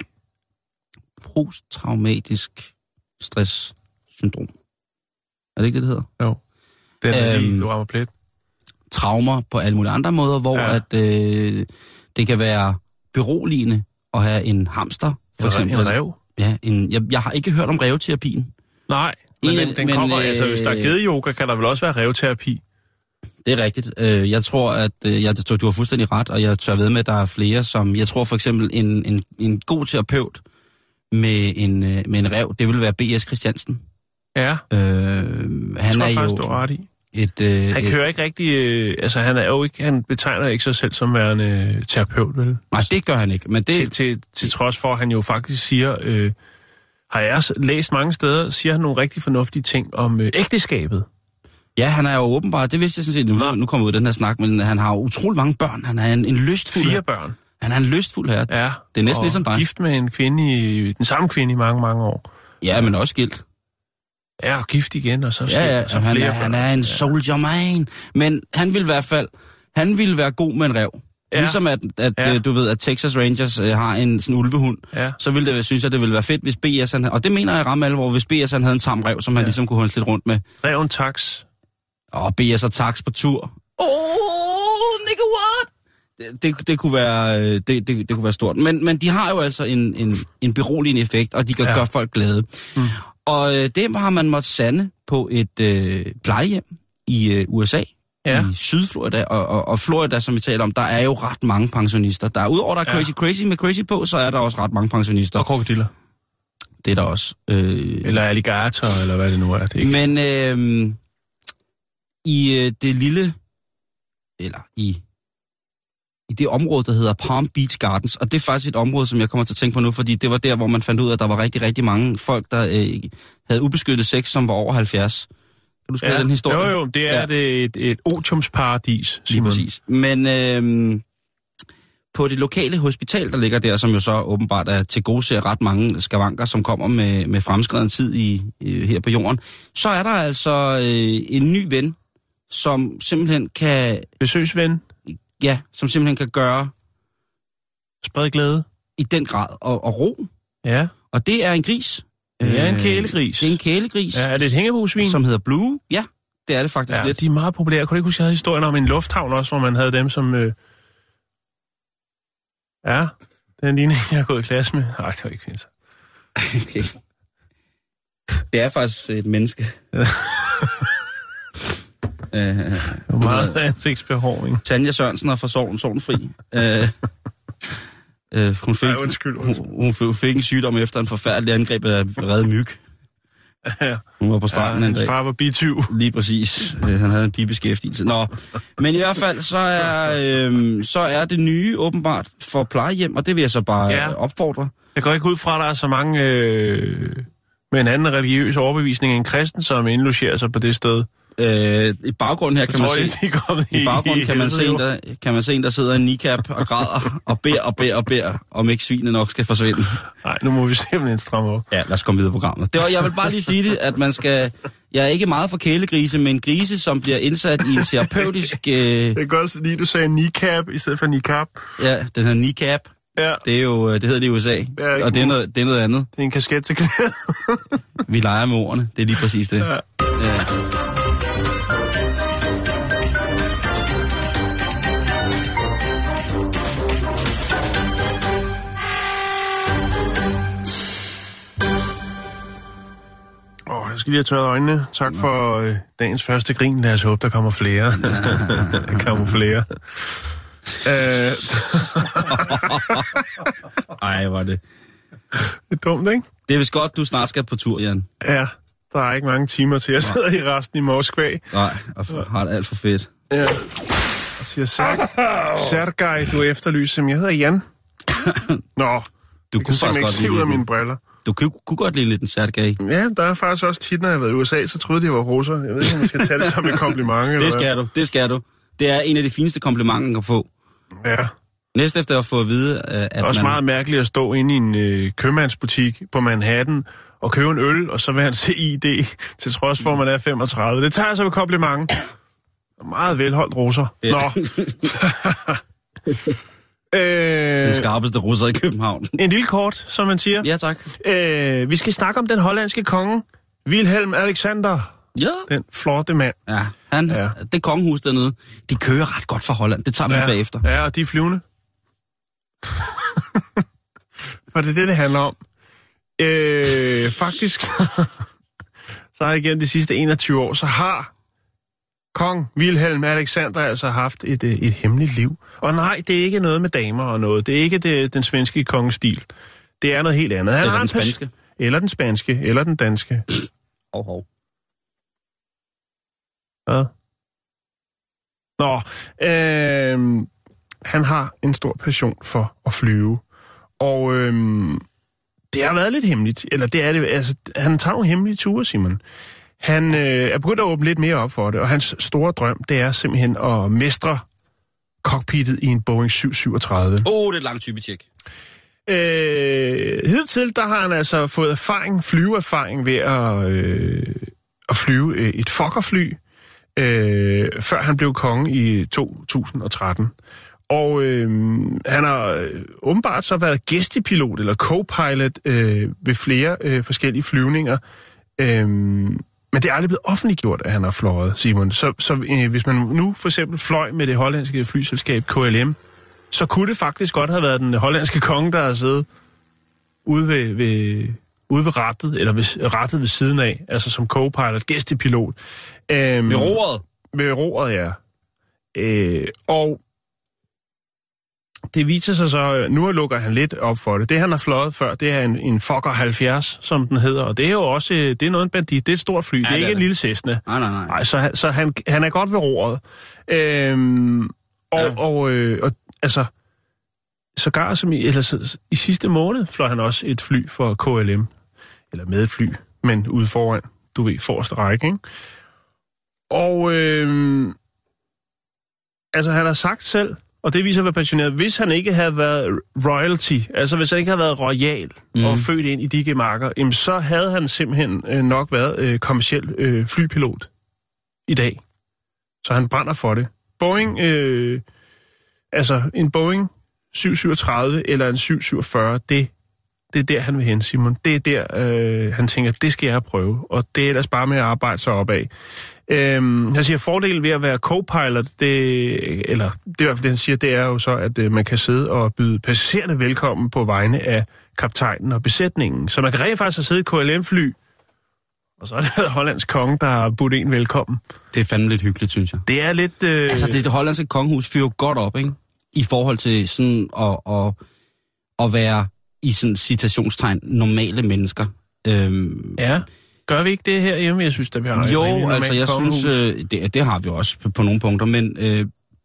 posttraumatisk stresssyndrom. Er det ikke det, det hedder? Jo. Den er lige, øhm, du rammer plet. Traumer på alle mulige andre måder, hvor ja. at, øh, det kan være beroligende at have en hamster, for en eksempel. En rev? Ja, en, jeg, jeg har ikke hørt om revterapien. Nej, men den, den men, kommer, øh, altså hvis der er gedeyoga, kan der vel også være revterapi? Det er rigtigt. Jeg tror, at jeg, du har fuldstændig ret, og jeg tør ved med, at der er flere, som... Jeg tror for eksempel, en, en, en god terapeut med en, med en rev, det vil være B S Christiansen. Ja, øh, han tror er faktisk, jo du er ret i. Et, øh, han kører ikke rigtig... Øh, altså, han er jo ikke... Han betegner ikke sig selv som værende terapeut, vel? Nej, det gør han ikke, men det... Til, til, til trods for, at han jo faktisk siger... Øh, har jeg læst mange steder, siger han nogle rigtig fornuftige ting om øh, ægteskabet. Ja, han er jo åbenbart... Det vidste jeg sådan set... Nu, nu kommer ud af den her snak, men han har utrolig mange børn. Han er en, en lystfuld... Fire børn. Han er en lystfuld her. Ja. Det er næsten ligesom dig. Gift med en kvinde i... Den samme kvinde i mange, mange år. Ja, men også skilt. Ja, og gift igen, og så skilt, ja, ja, og så han, flere er, han er en soldier man. Men han vil i hvert fald... Han ville være god med en rev. Ja. Ligesom at, at ja. du ved, at Texas Rangers øh, har en sådan ulvehund, ja. så ville det, synes jeg, det ville være fedt, hvis B S han havde... Og det mener jeg ramme alvor, hvis B S han havde en tam rev, som han ja. ligesom kunne hunde lidt rundt med. Reven tax. Og B S og tax på tur. Åh, oh, nigga, what? Det, det, det, kunne være, det, det, det kunne være stort. Men, men de har jo altså en, en, en beroligende effekt, og de kan ja. gøre folk glade. Mm. Og øh, det har man måttet sande på et øh, plejehjem i øh, U S A. Ja. I Sydflorida, og, og, og Florida, som vi taler om, der er jo ret mange pensionister. Der er udover der er Crazy ja. Crazy med Crazy på, så er der også ret mange pensionister. Og krokodiller. Det er der også. Øh... Eller alligator, eller hvad det nu er. Det er ikke... Men øh, i øh, det lille, eller i, i det område, der hedder Palm Beach Gardens, og det er faktisk et område, som jeg kommer til at tænke på nu, fordi det var der, hvor man fandt ud af, at der var rigtig, rigtig mange folk, der øh, havde ubeskyttet sex, som var over halvfjerds. Kan du skrive ja, den historie? Jo, jo, det er ja. det et, et otiumsparadis. Lige præcis. Men øh, på det lokale hospital, der ligger der, som jo så åbenbart er til gode ser ret mange skavanker, som kommer med, med fremskreden tid i, øh, her på jorden, så er der altså øh, en ny ven, som simpelthen kan... Besøgsven? Ja, som simpelthen kan gøre... Spred glæde? I den grad, og, og ro. Ja. Og det er en gris. Det er en kælegris. Det er en kælegris. Ja, er det et hængebusvin? Som hedder Blue. Ja, det er det faktisk ja, lidt. De er meget populære. Kunne du ikke huske, jeg havde historien om en lufthavn også, hvor man havde dem som... Øh... Ja, den ligner en, jeg har gået i klasse med. Nej, det var ikke fint. Okay. Det er faktisk et menneske. Det er meget ansigtsbehåring. Tanja Sørensen er fra Sovn, Sovnfri. øh, øh, hun, fik, Ej, undskyld, undskyld. Hun, hun fik en sygdom efter en forfærdelig angreb af redde myg. Ja. Hun var på stranden ja, en dag. Far var bityv. Lige præcis. Øh, han havde en bibeskæftigelse. Nå, men i hvert fald, så er, øh, så er det nye åbenbart for plejehjem, og det vil jeg så bare ja. opfordre. Jeg går ikke ud fra, at der er så mange øh, med en anden religiøs overbevisning end kristen, som indlogerer sig på det sted. Øh, I baggrunden her kan man se, i, i baggrunden kan man se en, der, kan man se en, der sidder i en niqab og græder og beder og beder og beder, om ikke svinet nok skal forsvinde. Nej, nu må vi simpelthen stramme op. Ja, lad os komme videre på programmet. Det var, jeg vil bare lige sige det, at man skal... Jeg er ikke meget for kælegrise, men grise, som bliver indsat i en terapeutisk... Øh... Det er godt lige, du sagde niqab i stedet for niqab. Ja, den hedder niqab. Ja. Det er jo, det hedder det i U S A, ja, og det er, noget, det er noget andet. Det er en kasket til klæder. Vi leger med ordene, det er lige præcis det. Ja. Ja. Åh, oh, jeg skal lige have tørret øjnene. Tak for øh, dagens første grin. Lad os håbe, der kommer flere. Der kommer flere. Øh... Ej, var det. Det er dumt, ikke? Det er vist godt, du snart skal på tur, Jan. Ja. Der er ikke mange timer til. Jeg sidder i resten i Moskva. Nej, og har det alt for fedt. Ja. Og siger, Sergej, du efterlyser, jeg hedder Jan. Nå, du kunne faktisk ikke se ud af mine briller. Du kunne, kunne godt lide lidt en Sergej. Ja, der er faktisk også tit, når jeg har været i U S A, så troede de, jeg var russer. Jeg ved ikke, om jeg skal tage det som et kompliment. Det skal du, det skal du. Det er en af de fineste komplimenter, man kan få. Ja. Næst efter at få at vide, at det er også man... meget mærkeligt at stå inde i en øh, købmandsbutik på Manhattan og købe en øl, og så vil han se I D, til trods for, at man er femogtredive. Det tager jeg så ved kompliment. Meget velholdt russer. Ja. Nå. øh, Den skarpeste russer i København. En lille kort, som man siger. Ja, tak. Øh, vi skal snakke om den hollandske konge, Wilhelm Alexander. Ja. Den flotte mand. Ja, han, ja. Det kongehus dernede, de kører ret godt fra Holland. Det tager man ja. bagefter. Ja, og de er flyvende. For det er det, det handler om. Øh, faktisk, så har igen de sidste enogtyve år, så har kong Wilhelm Alexander altså haft et, et hemmeligt liv. Og nej, det er ikke noget med damer og noget. Det er ikke det, den svenske kongestil. Det er noget helt andet. Han eller har den spanske. Eller den spanske, eller den danske. Hov, hov. Hvad? Nå, øh, han har en stor passion for at flyve. Og øh, det har været lidt hemmeligt. Eller det er det, altså, han tager nogle hemmelige ture, Simon. Han øh, er begyndt at åbne lidt mere op for det, og hans store drøm, det er simpelthen at mestre cockpittet i en Boeing syv syvogtredive. Åh, oh, det er et langt typetjek. Øh, hidtil, der har han altså fået erfaring, flyveerfaring ved at, øh, at flyve et Fokkerfly, øh, før han blev konge i to tusind og tretten. Og øh, han har øh, åbenbart så været gæstepilot eller co-pilot øh, ved flere øh, forskellige flyvninger. Øh, men det er aldrig blevet offentliggjort, at han har fløjet, Simon. Så, så øh, hvis man nu for eksempel fløj med det hollandske flyselskab K L M, så kunne det faktisk godt have været den hollandske konge, der har siddet ude ved, ved, ude ved rattet, eller ved, rattet ved siden af, altså som co-pilot, gæstepilot. Øh, ved roret? Ved roret, ja. Øh, og det viser sig så, nu lukker han lidt op for det. Det, han har fløjet før, det er en, en Fokker halvfjerds, som den hedder. Og det er jo også, det er noget en bandit. Det er et stort fly. Ja, det er ikke det. En lille Cessna. Nej, nej, nej. Nej, så, så han, han er godt ved roret. Øhm, og, ja. og, øh, og altså, sågar som i, eller, så, i sidste måned fløj han også et fly for K L M. Eller med et fly, men ude foran, du ved, forreste række, ikke? Og øh, altså, han har sagt selv, og det viser, hvor passioneret. Hvis han ikke havde været royalty, altså hvis han ikke havde været royal mm. og født ind i de gemarker, jamen, så havde han simpelthen øh, nok været øh, kommerciel øh, flypilot i dag. Så han brænder for det. Boeing, øh, altså en Boeing syv syvogtredive eller en syv syvogfyrre, det, det er der, han vil hen, Simon. Det er der, øh, han tænker, det skal jeg prøve. Og det er ellers bare med at arbejde sig opad. Øhm, jeg siger, fordelen ved at være co-pilot, det, eller det i hvert fald, det han siger, det er jo så, at øh, man kan sidde og byde passagererne velkommen på vegne af kaptajnen og besætningen. Så man kan rent faktisk have siddet i K L M-fly, og så er det Hollands konge, der har budt en velkommen. Det er fandme lidt hyggeligt, synes jeg. Det er lidt... Øh... Altså, det, det hollandske kongehus fyrer jo godt op, ikke? I forhold til sådan at, at, at være i sådan citationstegn normale mennesker. Øhm, ja. Gør vi ikke det her hjemme? Jeg synes, at vi har jo, et altså jeg kongehus. synes, øh, det, det har vi også på, på nogle punkter, men øh,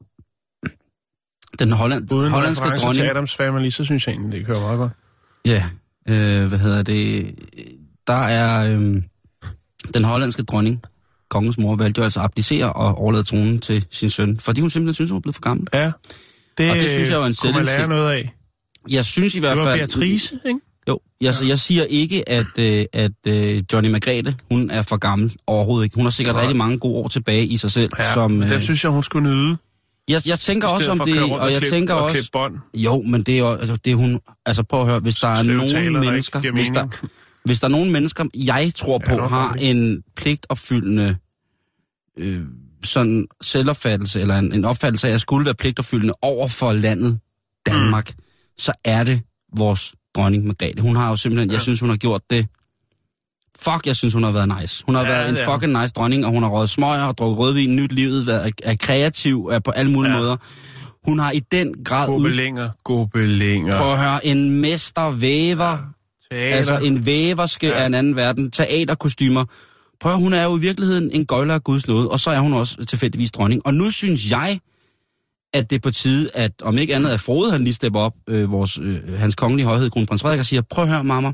den holland, uden hollandske dronning... til Adams Family, så synes jeg egentlig, det kører meget godt. Ja, øh, hvad hedder det? Der er øh, den hollandske dronning, kongens mor, valgte jo altså at abdicere og overlade tronen til sin søn, fordi hun simpelthen synes, hun er blevet for gammel. Ja, det, og det synes jeg var en kunne man lære noget af. Jeg synes i hvert fald... Det var Beatrice, ikke? Jo, jeg, ja. jeg siger ikke, at, øh, at øh, Johnny Margrethe, hun er for gammel overhovedet ikke. Hun har sikkert ja. rigtig mange gode år tilbage i sig selv. Ja, som, øh, dem synes jeg, hun skulle nyde. Jeg, jeg tænker også om det, og, og jeg klip, tænker og også... bånd. Jo, men det er jo, altså, det er hun... Altså prøv at høre, hvis der er nogle taler, mennesker... Der hvis, der, hvis der er nogle mennesker, jeg tror på, ja, har en pligtopfyldende øh, sådan selvopfattelse, eller en, en opfattelse af, at jeg skulle være pligtopfyldende over for landet Danmark, mm. så er det vores dronning Margrethe. Hun har jo simpelthen, ja. jeg synes, hun har gjort det. Fuck, jeg synes, hun har været nice. Hun har ja, været en ja. fucking nice dronning, og hun har røget smøger og drukket rødvin, nyt livet, været er, er kreativ, er på alle mulige ja. måder. Hun har i den grad... Gobelinger, gobelinger. Prøv at høre, en mestervæver, ja. altså en væverske ja. af en anden verden, teaterkostymer. Prøv at, hun er jo i virkeligheden en gøjler af Guds nåde, og så er hun også tilfældigvis dronning. Og nu synes jeg, at det er på tide, at om ikke andet, at Frode han lige stepper op, øh, vores, øh, hans kongelige højhed, kronprins Frederik, og siger, prøv at høre, mamma.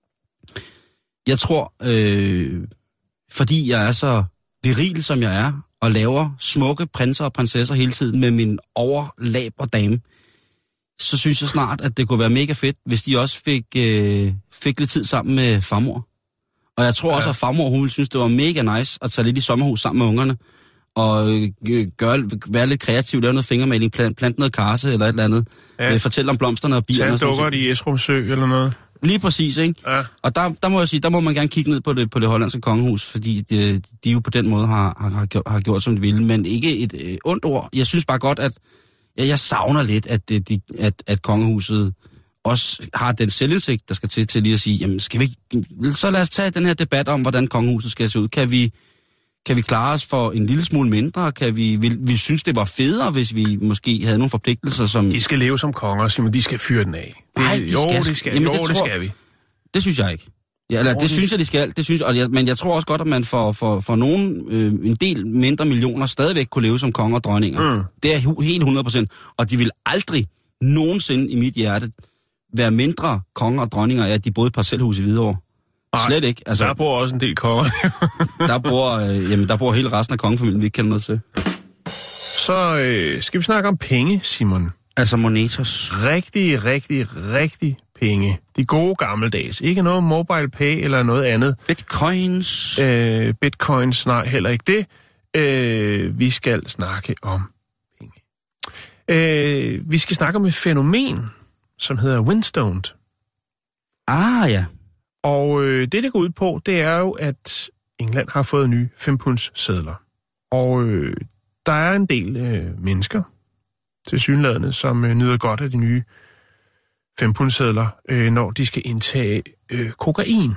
Jeg tror, øh, fordi jeg er så viril, som jeg er, og laver smukke prinser og prinsesser hele tiden med min overlabre dame, så synes jeg snart, at det kunne være mega fedt, hvis de også fik, øh, fik lidt tid sammen med farmor. Og jeg tror ja. også, at farmor, hun ville synes, det var mega nice at tage lidt i sommerhus sammen med ungerne, og øh, gøre, være lidt kreativ, lave noget fingermaling, plant, plante noget karse eller et eller andet, ja. øh, fortælle om blomsterne og bierne. Tag dukker i Esrumsø eller noget. Lige præcis, ikke? Ja. Og der, der må jeg sige, der må man gerne kigge ned på det, på det hollandske kongehus, fordi de, de jo på den måde har, har, har gjort, som de ville, men ikke et øh, ondt ord. Jeg synes bare godt, at ja, jeg savner lidt, at, de, at, at kongehuset også har den selvindsigt, der skal til, til lige at sige, jamen skal vi så lad os tage den her debat om, hvordan kongehuset skal se ud. Kan vi, kan vi klare os for en lille smule mindre? Kan vi, vi, vi synes, det var federe, hvis vi måske havde nogle forpligtelser, som... De skal leve som konger, Simon. De skal fyre den af. Det, Nej, de jo, skal, det skal, jamen, jo, det, det tror, skal vi. Det synes jeg ikke. Ja, eller, det synes jeg, de skal. Det synes, og jeg, men jeg tror også godt, at man for, for, for nogen, øh, en del mindre millioner stadigvæk kunne leve som konger og dronninger. Mm. Det er hu- helt hundrede procent. Og de vil aldrig nogensinde i mit hjerte være mindre konger og dronninger af, at de boede i parcelhus i Hvidovre. Ej, slet ikke. Altså, der bor også en del konger. der, bor, øh, jamen, der bor hele resten af kongefamilien, vi ikke kender noget til. Så øh, skal vi snakke om penge, Simon. Altså monetos. Rigtig, rigtig, rigtig penge. De gode gammeldags. Ikke noget mobile pay eller noget andet. Bitcoins. Øh, bitcoins, nej, heller ikke det. Øh, vi skal snakke om penge. Øh, vi skal snakke om et fænomen, som hedder Winstone. Ah, ja. Og øh, det, det går ud på, det er jo, at England har fået nye fem-punds sedler. Og øh, der er en del øh, mennesker, tilsyneladende, som øh, nyder godt af de nye fem-punds sedler, øh, når de skal indtage øh, kokain.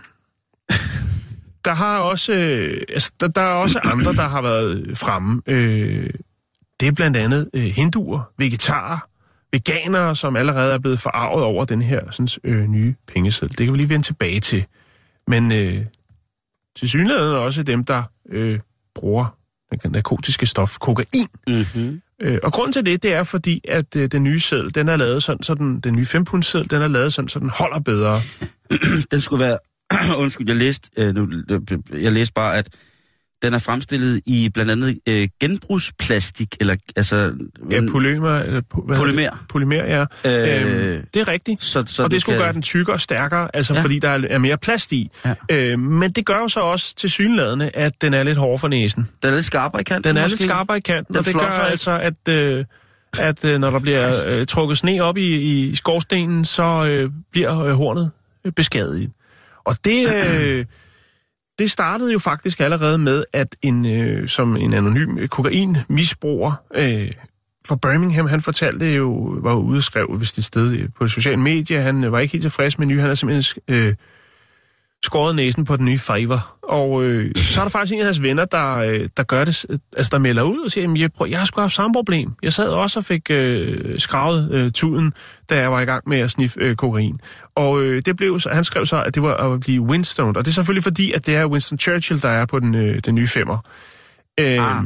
Der har også, øh, altså, der, der er også andre, der har været fremme. Øh, det er blandt andet øh, hinduer, vegetarer, veganere, som allerede er blevet forarvet over den her sådan, øh, nye pengeseddel. Det kan vi lige vende tilbage til. Men øh, tilsyneladende også dem, der øh, bruger den narkotiske stof, kokain. Mm-hmm. Øh, og grunden til det, det er fordi, at øh, den nye seddel, den er lavet sådan, så den, den nye fem-punds seddel, den er lavet sådan, så den holder bedre. Den skulle være... Undskyld, jeg læste, øh, nu, jeg læste bare, at den er fremstillet i blandt andet øh, genbrugsplastik, eller altså... Ja, polymer. Eller, polymer. Polymer, ja. Øh, øhm, det er rigtigt. Så, så og det skulle kan... gøre den tykkere og stærkere, altså ja. Fordi der er mere plast i. Ja. Øh, men det gør jo så også tilsyneladende, at den er lidt hård for næsen. Den er lidt skarpere i kanten, Den er måske. lidt skarpere i kanten, den og det gør altså, at, øh, at øh, når der bliver øh, trukket sne op i, i skorstenen, så øh, bliver øh, hornet øh, beskadiget. Og det... Øh, Det startede jo faktisk allerede med, at en øh, som en anonym kokainmisbruger øh, fra Birmingham, han fortalte jo, var ude og skrev hvis det sted på sociale medier, han var ikke helt tilfreds med nye, han har simpelthen øh, skåret næsen på den nye Fiverr. Og øh, så er der faktisk en af hans venner, der, øh, der gør det, altså der melder ud og siger, jamen, jeg, prøv, jeg har sgu haft samme problem. Jeg sad også og fik øh, skravet øh, tuden, da jeg var i gang med at sniffe øh, kokain. Og øh, det blev så, han skrev så, at det var at blive Winstone. Og det er selvfølgelig fordi, at det er Winston Churchill, der er på den, øh, den nye femmer. Øh, ah.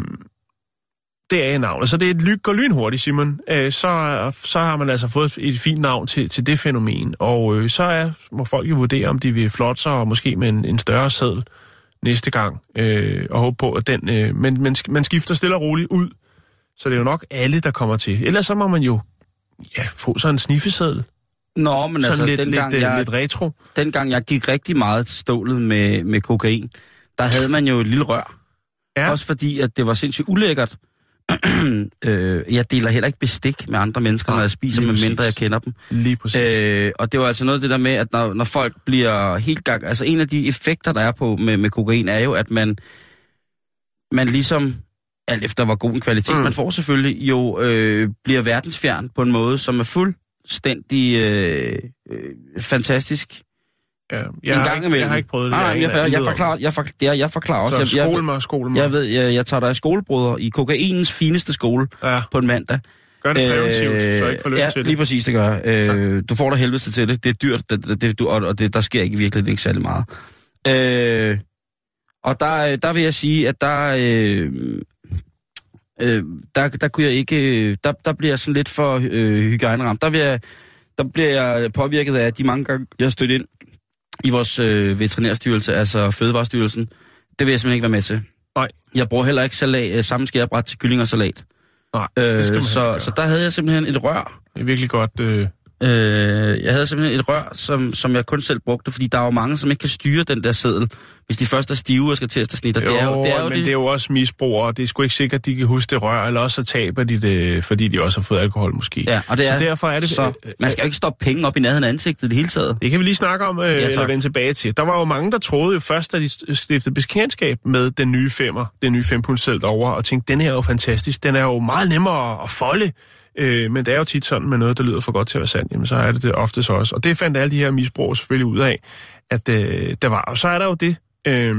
Det er navnet. Så det er et ly- går lynhurtigt, Simon. Øh, så, så har man altså fået et fint navn til, til det fænomen. Og øh, så er, må folk jo vurdere, om de vil flotte sig, og måske med en, en større seddel næste gang. Øh, og håbe på, at den... Øh, men man, man skifter stille og roligt ud. Så det er jo nok alle, der kommer til. Ellers så må man jo ja, få sådan en sniffeseddel. Nå, men sådan altså, lidt, dengang lidt, jeg, lidt retro. Dengang jeg gik rigtig meget til stålet med, med kokain, der havde man jo et lille rør. Ja. Også fordi, at det var sindssygt ulækkert. øh, jeg deler heller ikke bestik med andre mennesker, når jeg spiser, med mindre jeg kender dem. Lige præcis. Øh, og det var altså noget af det der med, at når, når folk bliver helt gang... Altså en af de effekter, der er på med, med kokain, er jo, at man, man ligesom, alt efter hvor god en kvalitet mm. man får selvfølgelig, jo øh, bliver verdensfjern på en måde, som er fuldstændig øh, øh, fantastisk. Ja, jeg, har ikke, jeg har ikke prøvet det. Nej, jeg, jeg, jeg, forklarer, jeg, forklarer, jeg, jeg forklarer også. Så skole mig, skole mig. Jeg ved, jeg, jeg tager dig skolebrødre i kokainens fineste skole ja. På en mandag. Gør det præventivt, øh, så ikke får lyst ja, til det. lige præcis, det gør øh, Du får der helvede til det. Det er dyrt, det, det, du, og det, der sker ikke virkelig ikke særlig meget. Øh, Og der, der vil jeg sige, at der, øh, øh, der, der kunne jeg ikke, der, der bliver jeg sådan lidt for øh, hygiejneramt. Der, vil jeg, der bliver jeg påvirket af, at de mange gange, jeg har stødt ind i vores øh, veterinærstyrelse, altså Fødevarestyrelsen, det vil jeg simpelthen ikke være med til. Nej. Jeg bruger heller ikke salat, samme skærebræt til kylling og salat. Nej, øh, det skal man så, så der havde jeg simpelthen et rør. Det er virkelig godt... Øh... Øh, jeg havde simpelthen et rør, som, som jeg kun selv brugte, fordi der er jo mange, som ikke kan styre den der seddel, hvis de først er stive og skal til at snitte. Jo, det er jo, det er jo men det... det er jo også misbrugere, det er sgu ikke sikkert, at de kan huske det rør, eller også så taber de det, fordi de også har fået alkohol måske. Ja, og det er, så derfor er det... Så, man skal jo ikke stoppe penge op i nærheden af ansigtet i det hele taget. Det kan vi lige snakke om, øh, ja, eller vende tilbage til. Der var jo mange, der troede jo først, at de stiftede bekendtskab med den nye femmer, den nye fem-pundsseddel derovre, og tænkte, den her er jo fantastisk, den er jo meget nemmere at folde. Øh, men det er jo tit sådan med noget, der lyder for godt til at være sandt, jamen så er det det ofte så også. Og det fandt alle de her misbrug selvfølgelig ud af, at øh, der var. Og så er der jo det, øh,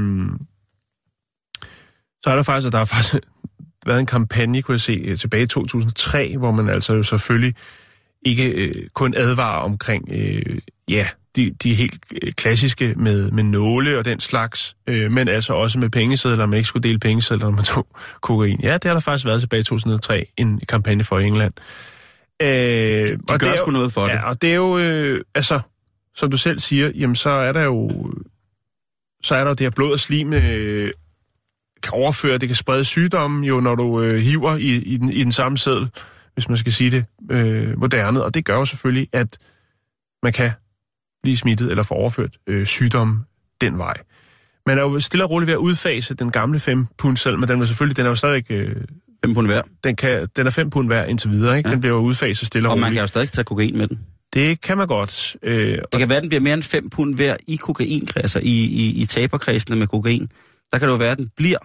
så er der faktisk, at der har faktisk været en kampagne, kunne jeg se, tilbage i to tusind og tre, hvor man altså jo selvfølgelig ikke øh, kun advarer omkring, øh, ja, de, de helt klassiske med, med nåle og den slags, øh, men altså også med pengesedler, man ikke skulle dele pengesedler, når man tog kokain. Ja, det har der faktisk været tilbage i to tusind og tre, en kampagne for England. Øh, de og gør det sgu noget for ja, det. Og det er jo, øh, altså, som du selv siger, jamen så er der jo, så er der jo det her blod og slim, øh, kan overføre, det kan sprede sygdomme, jo når du øh, hiver i, i, den, i den samme seddel, hvis man skal sige det øh, moderne, og det gør jo selvfølgelig, at man kan blive smittet eller få overført øh, sygdomme den vej. Man er jo stille og roligt ved at udfase den gamle fem pund seddel, men den er selvfølgelig, den er jo stadig øh, fem pund hver. Den, kan, den er fem pund hver indtil videre, ikke? Ja. Den bliver jo udfaset stille og roligt. Og man kan jo stadig tage kokain med den. Det kan man godt. Øh, det kan og... være, at den bliver mere end fem pund hver i kokainkredser, i, i, i taberkredsene med kokain. Der kan det jo være, at den bliver.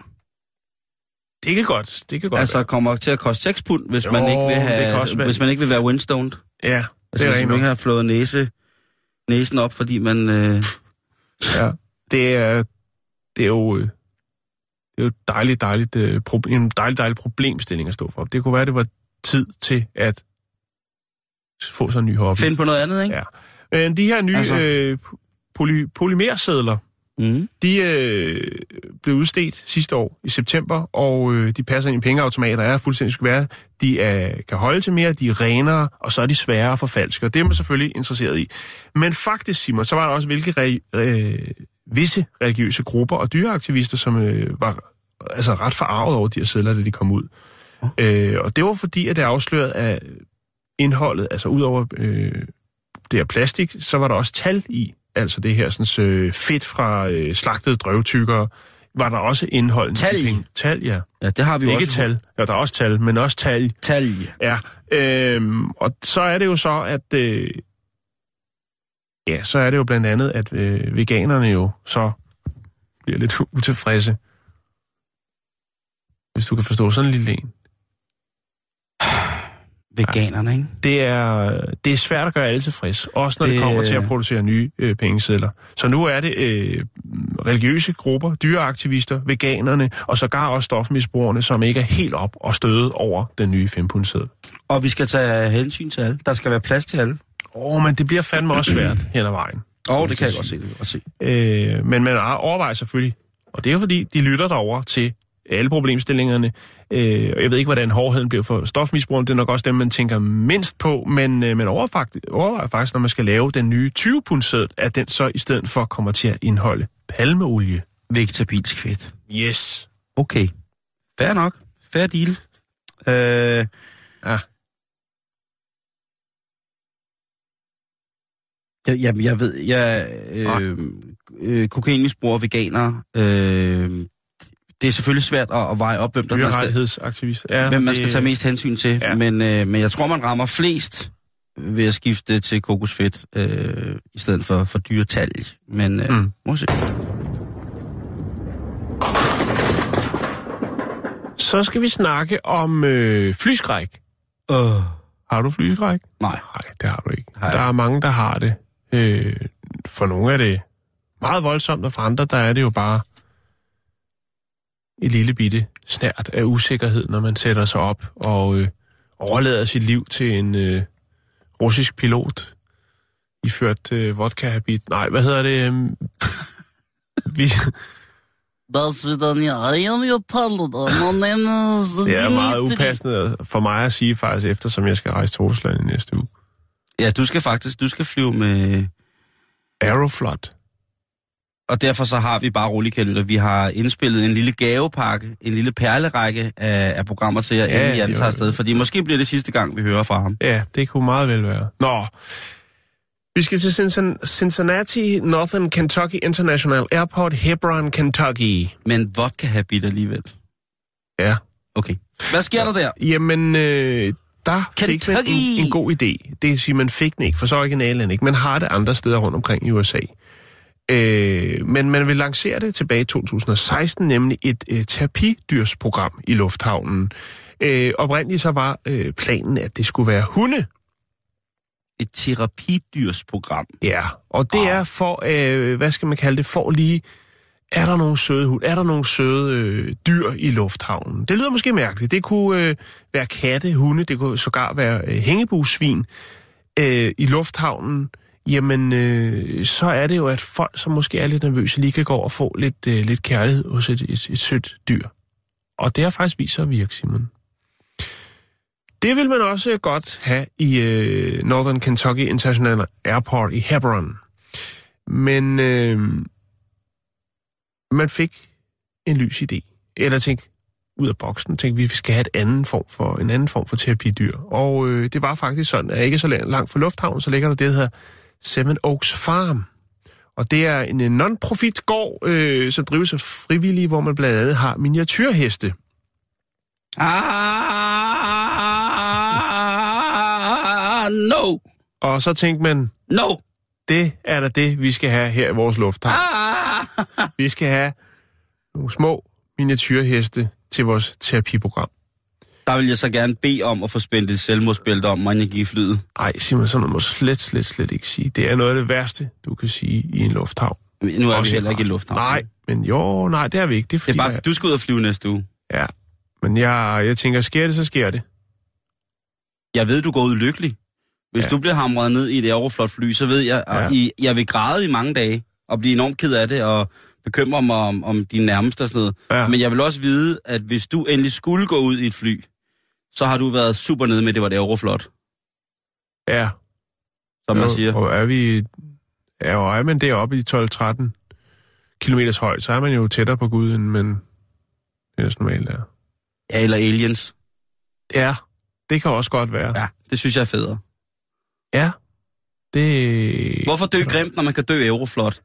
Det kan godt, det kan godt Altså være. kommer til at koste seks pund, hvis, jo, man, ikke vil have, hvis man ikke vil være windstoned. Ja, det altså, er hvis man ikke har flået næse, næsen op, fordi man... Øh... Ja, det er, det er jo... Det er jo et dejligt, dejligt, uh, problem, en dejlig, dejlig problemstilling at stå for. Det kunne være, det var tid til at få sådan en ny hobby. Finde på noget andet, ikke? Ja. Men de her nye altså... øh, poly, polymersedler, mm. de øh, blev udstedt sidste år i september, og øh, de passer ind i pengeautomater, er fuldstændig skal være. De er, kan holde til mere, de er renere, og så er de sværere at forfalske, og det er man selvfølgelig interesseret i. Men faktisk, Simon, så var der også hvilke re, øh, visse religiøse grupper og dyreaktivister, som øh, var altså ret forarvet over de her sedler, da de kom ud. Oh. Øh, og det var fordi, at det afslørede af indholdet, altså ud over øh, det her plastik, så var der også tal i, altså det her sådan, øh, fedt fra øh, slagtede drøvtykkere, var der også indhold. Tal? Tal, ja. Ja, det har vi jo ikke også. tal. Ja, der er også tal, men også tal. Tal, ja. Øhm, og så er det jo så, at øh, ja, så er det jo blandt andet, at øh, veganerne jo så bliver lidt utilfredse. Hvis du kan forstå sådan en lille en. Veganerne, ikke? Det er, det er svært at gøre alle tilfreds, også når det, det kommer til at producere nye øh, pengesedler. Så nu er det øh, religiøse grupper, dyreaktivister, veganerne, og sågar også stofmisbrugerne, som ikke er helt op og støde over den nye fem-pundsseddel. Og vi skal tage hensyn til alle. Der skal være plads til alle. Åh, oh, men det bliver fandme også svært hen ad vejen. Åh, oh, det kan jeg godt se. Det kan jeg godt se. Øh, men man overvejer selvfølgelig, og det er fordi, de lytter derover til alle problemstillingerne. Øh, jeg ved ikke, hvordan hårdheden bliver for stofmisbrugerne. Det er nok også dem, man tænker mindst på, men øh, man overvejer faktisk, overvejer faktisk, når man skal lave den nye tyve-pundsseddel, at den så i stedet for kommer til at indeholde palmeolie. Vegetabilsk fedt. Yes. Okay. Fair nok. Fair deal. Øh... Ja. Jeg, jeg, jeg ved, jeg... Øh, øh, kokainmisbrugere, veganere... Øh, det er selvfølgelig svært at, at veje op, hvem der Dyrerettighedsaktivist. Ja, hvem man det... skal tage mest hensyn til. Ja. Men, øh, men jeg tror, man rammer flest ved at skifte til kokosfedt, øh, i stedet for, for dyretal. Men øh, mm. må se. Så skal vi snakke om øh, flyskræk. Uh. Har du flyskræk? Nej. Nej, det har du ikke. Hej. Der er mange, der har det. Øh, for nogle er det meget voldsomt, og for andre, der er det jo bare et lille bitte snært af usikkerhed, når man sætter sig op og øh, overlader sit liv til en øh, russisk pilot iført øh, vodka-habit. Nej, hvad hedder det? Vi, Det er meget upassende for mig at sige faktisk, eftersom jeg skal rejse til Rusland i næste uge. Ja, du skal faktisk, du skal flyve med Aeroflot. Og derfor så har vi bare rullikælytter. Vi har indspillet en lille gavepakke, en lille perlerække af, af programmer til jer, ja, inden Jan tager afsted. Fordi måske bliver det sidste gang, vi hører fra ham. Ja, det kunne meget vel være. Nå, vi skal til Cincinnati, Northern Kentucky International Airport, Hebron, Kentucky. Men vodka habit alligevel. Ja. Okay. Hvad sker der der? Jamen, øh, der fik man en, en god idé. Det vil sige, man fik den ikke, for så originalen ikke. Man har det andre steder rundt omkring i U S A. Øh, men man vil lancere det tilbage i to tusind og seksten, nemlig et øh, terapidyrsprogram i lufthavnen. Øh, oprindeligt så var øh, planen, at det skulle være hunde. Et terapidyrsprogram? Ja, og det oh. er for, øh, hvad skal man kalde det, for lige, er der nogle søde hund, er der nogle søde øh, dyr i lufthavnen? Det lyder måske mærkeligt. Det kunne øh, være katte, hunde, det kunne sågar være øh, hængebusvin øh, i lufthavnen. Jamen, øh, så er det jo, at folk, som måske er lidt nervøse, lige kan gå over og få lidt, øh, lidt kærlighed hos et, et, et sødt dyr. Og det har faktisk vist sig at virke, Simon. Det vil man også godt have i øh, Northern Kentucky International Airport i Hebron. Men øh, man fik en lys idé. Eller tænkte, ud af boksen, tænkte vi, vi skal have et anden form for, en anden form for terapidyr. Og øh, det var faktisk sådan, at ikke så langt fra lufthavnen, så ligger der det, der hedder Seven Oaks Farm. Og det er en non-profit gård, øh, som drives af frivillige, hvor man blandt andet har miniatyrheste. Ah, no! Og så tænkte man, no! Det er da det, vi skal have her i vores lufthavn. Ah! Vi skal have nogle små miniatyrheste til vores terapiprogram. Der vil jeg så gerne bede om at få spændt et selvmordsbælte om, man ikke i flyet. Ej, Simon, sådan noget må slet, slet, slet ikke sige. Det er noget af det værste, du kan sige i en lufthavn. Men nu er vi heller ikke i lufthavn. Nej, men jo, nej, det er vi ikke. Det er, fordi, det er bare, jeg... du skal ud og flyve næste uge. Ja, men jeg, jeg tænker, sker det, så sker det. Jeg ved, du går ud lykkelig. Hvis ja. du bliver hamret ned i et Aeroflot fly, så ved jeg, at ja. I, jeg vil græde i mange dage, og blive enormt ked af det, og bekymre mig om, om dine nærmeste og sådan noget. Ja. Men jeg vil også vide, at hvis du endelig skulle gå ud i et fly, så har du været super nede med, det var det Aeroflot. Ja. Som man siger. Og er vi... Ja, og er man deroppe i tolv til tretten kilometers højt, så er man jo tættere på Gud, end man ellers normalt er. Ja, eller aliens. Ja, det kan også godt være. Ja, det synes jeg er federe. Ja, det... Hvorfor dø grimt, når man kan dø Aeroflot?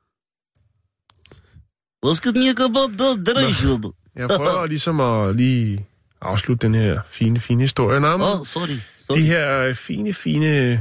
Hvad skal den ikke på det? Det er ikke. Jeg prøver ligesom at lige afslutte den her fine, fine historie. Nå, oh, sorry. sorry. De her fine, fine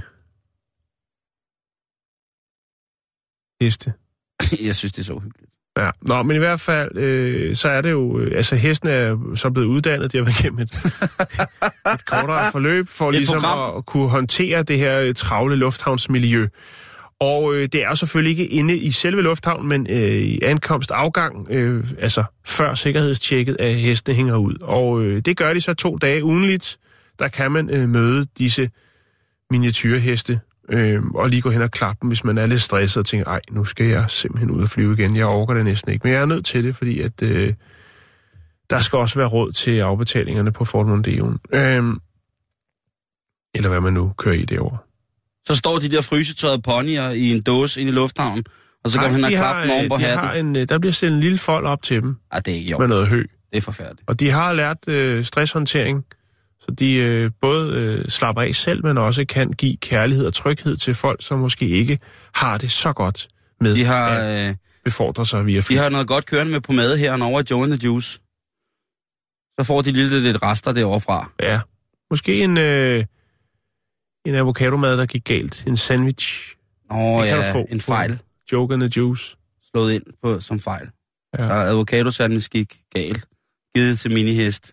heste. Jeg synes, det er så hyggeligt. Ja, nå, men i hvert fald, øh, så er det jo... Øh, altså, hesten er så blevet uddannet, de har været igennem et, et kortere forløb, for ligesom at, at kunne håndtere det her travle lufthavnsmiljø. Og øh, det er selvfølgelig ikke inde i selve lufthavnen, men øh, i ankomst afgang, øh, altså før sikkerhedstjekket af hestene hænger ud. Og øh, det gør de så to dage ugenligt. Der kan man øh, møde disse miniatyrheste, øh, og lige gå hen og klappe dem, hvis man er lidt stresset og tænker, ej, nu skal jeg simpelthen ud og flyve igen. Jeg orker det næsten ikke. Men jeg er nødt til det, fordi at øh, der skal også være råd til afbetalingerne på Ford Mondeoen. Øh, eller hvad man nu kører i det år. Så står de der frysetørrede ponyer i en dåse inde i lufthavnen, og så kan man hen og klappe dem oven på hatten. En, der bliver sendt en lille fold op til dem. Ah, det er ikke jo. Med noget hø. Det er forfærdeligt. Og de har lært øh, stresshåndtering, så de øh, både øh, slapper af selv, men også kan give kærlighed og tryghed til folk, som måske ikke har det så godt med de har, at øh, befordre sig via fly. De har noget godt kørende med pomade her over i Joe and the Juice. Så får de lidt, lidt rester derovre fra. Ja, måske en... Øh, En avocadomad, der gik galt. En sandwich. Åh oh, ja, få en fejl. Joke and the Juice. Slået ind på som fejl. Ja. Og avocado-sandwich gik galt. Givet til minihest.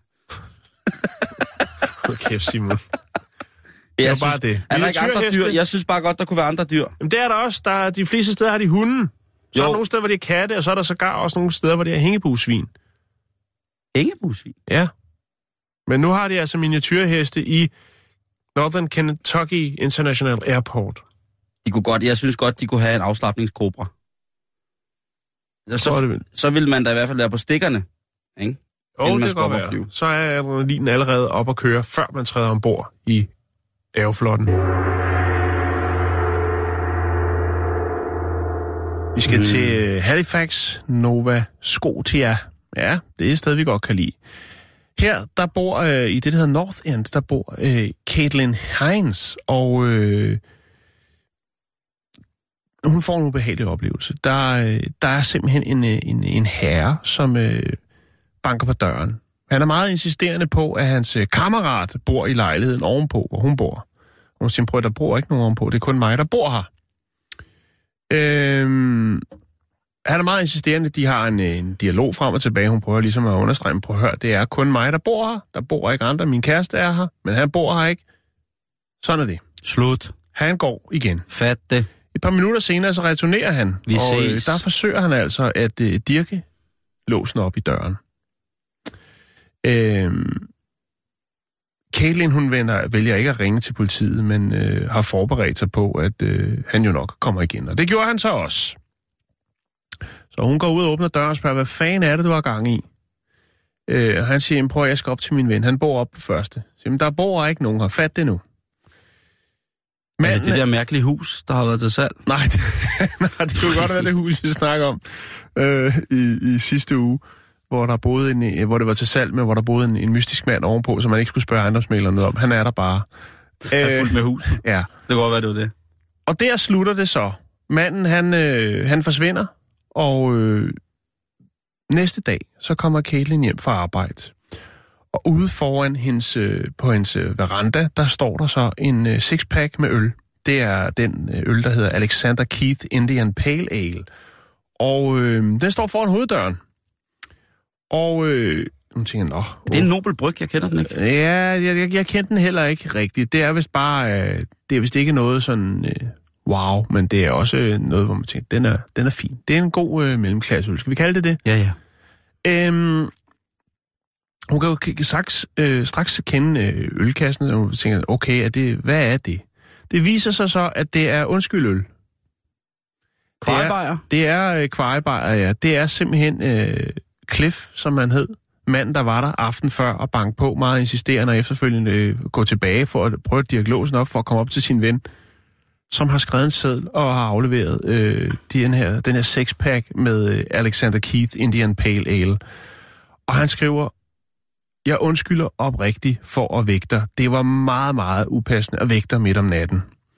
Okay, Simon. Jeg det var synes, bare det. Er der ikke andre dyr? Jeg synes bare godt, der kunne være andre dyr. Jamen, det er der også. Der er, de fleste steder har de hunden. Så jo. Er der nogle steder, hvor de er katte, og så er der sågar også nogle steder, hvor de er hængebusvin. Hængebusvin? Ja. Men nu har de altså miniatyrheste i Northern Kentucky International Airport. De kunne godt, jeg synes godt, de kunne have en afslapningskobra. Så, så, så vil man da i hvert fald være på stikkerne, ikke? Jo, det kan godt være. Så er adrenalinen allerede op at køre, før man træder ombord i Aeroflotten. Vi skal mm. til Halifax, Nova Scotia. Ja, det er et sted, vi godt kan lide. Her, der bor, øh, i det, der hedder North End, der bor øh, Caitlin Hines, og øh, hun får en ubehagelig oplevelse. Der, øh, der er simpelthen en, en, en herre, som øh, banker på døren. Han er meget insisterende på, at hans øh, kammerat bor i lejligheden ovenpå, hvor hun bor. Hun siger, prøv, der bor ikke nogen ovenpå, det er kun mig, der bor her. Øhm, han er meget insisterende, de har en, en dialog frem og tilbage, hun prøver ligesom at understrege, prøv at høre, det er kun mig, der bor her, der bor ikke andre, min kæreste er her, men han bor her ikke. Sådan er det. Slut. Han går igen. Fat det. Et par minutter senere, så returnerer han, Vi og øh, ses. der forsøger han altså at øh, dirke låsen op i døren. Øhm, Caitlin, hun vender, vælger ikke at ringe til politiet, men øh, har forberedt sig på, at øh, han jo nok kommer igen. Og det gjorde han så også. Så hun går ud og åbner døren og spørger, hvad fanden er det, du har gang i? Øh, og han siger, prøv at jeg skal op til min ven. Han bor op på første. Så, jamen, der bor ikke nogen her. Fat det nu. Men, er det det der mærkelige hus, der har været til salg? Nej, det, nej, det kunne godt være det hus, vi snakker om øh, i, i sidste uge, hvor der boede en, hvor det var til salg, men hvor der boede en, en mystisk mand ovenpå, som man ikke skulle spørge ejendomsmægleren noget om. Han er der bare. Han er fuldt med hus. Ja. Det kan godt være, det var det. Og der slutter det så. Manden, han, øh, han forsvinder, og øh, næste dag, så kommer Caitlin hjem fra arbejde. Og ude foran hendes, øh, på hendes øh, veranda, der står der så en øh, sixpack med øl. Det er den øh, øl, der hedder Alexander Keith Indian Pale Ale. Og øh, den står foran hoveddøren. Og øh, hun tænker, nå... Det er en nobel bryg, jeg kender den ikke. Ja, jeg, jeg, jeg kender den heller ikke rigtigt. Det er vist bare... Øh, det er vist ikke noget sådan... Øh, wow, men det er også øh, noget, hvor man tænker, den er, den er fin. Det er en god øh, mellemklasseøl. Skal vi kalde det det? Ja, ja. Øhm, hun kan jo straks, øh, straks kende øh, ølkassen, og hun tænker, okay, er det, hvad er det? Det viser sig så, at det er undskyldøl. Kvejebajer? Det er, det er øh, kvejebajer, ja. Det er simpelthen øh, Cliff, som man hed. Manden, der var der aften før og banke på, meget insisterende, og efterfølgende øh, gå tilbage for at prøve at dirke låsen op for at komme op til sin ven, som har skrevet en seddel og har afleveret øh, den her, den her sexpack med øh, Alexander Keith Indian Pale Ale. Og han skriver, jeg undskylder oprigtigt for at vække dig. Det var meget, meget upassende at vække dig midt om natten.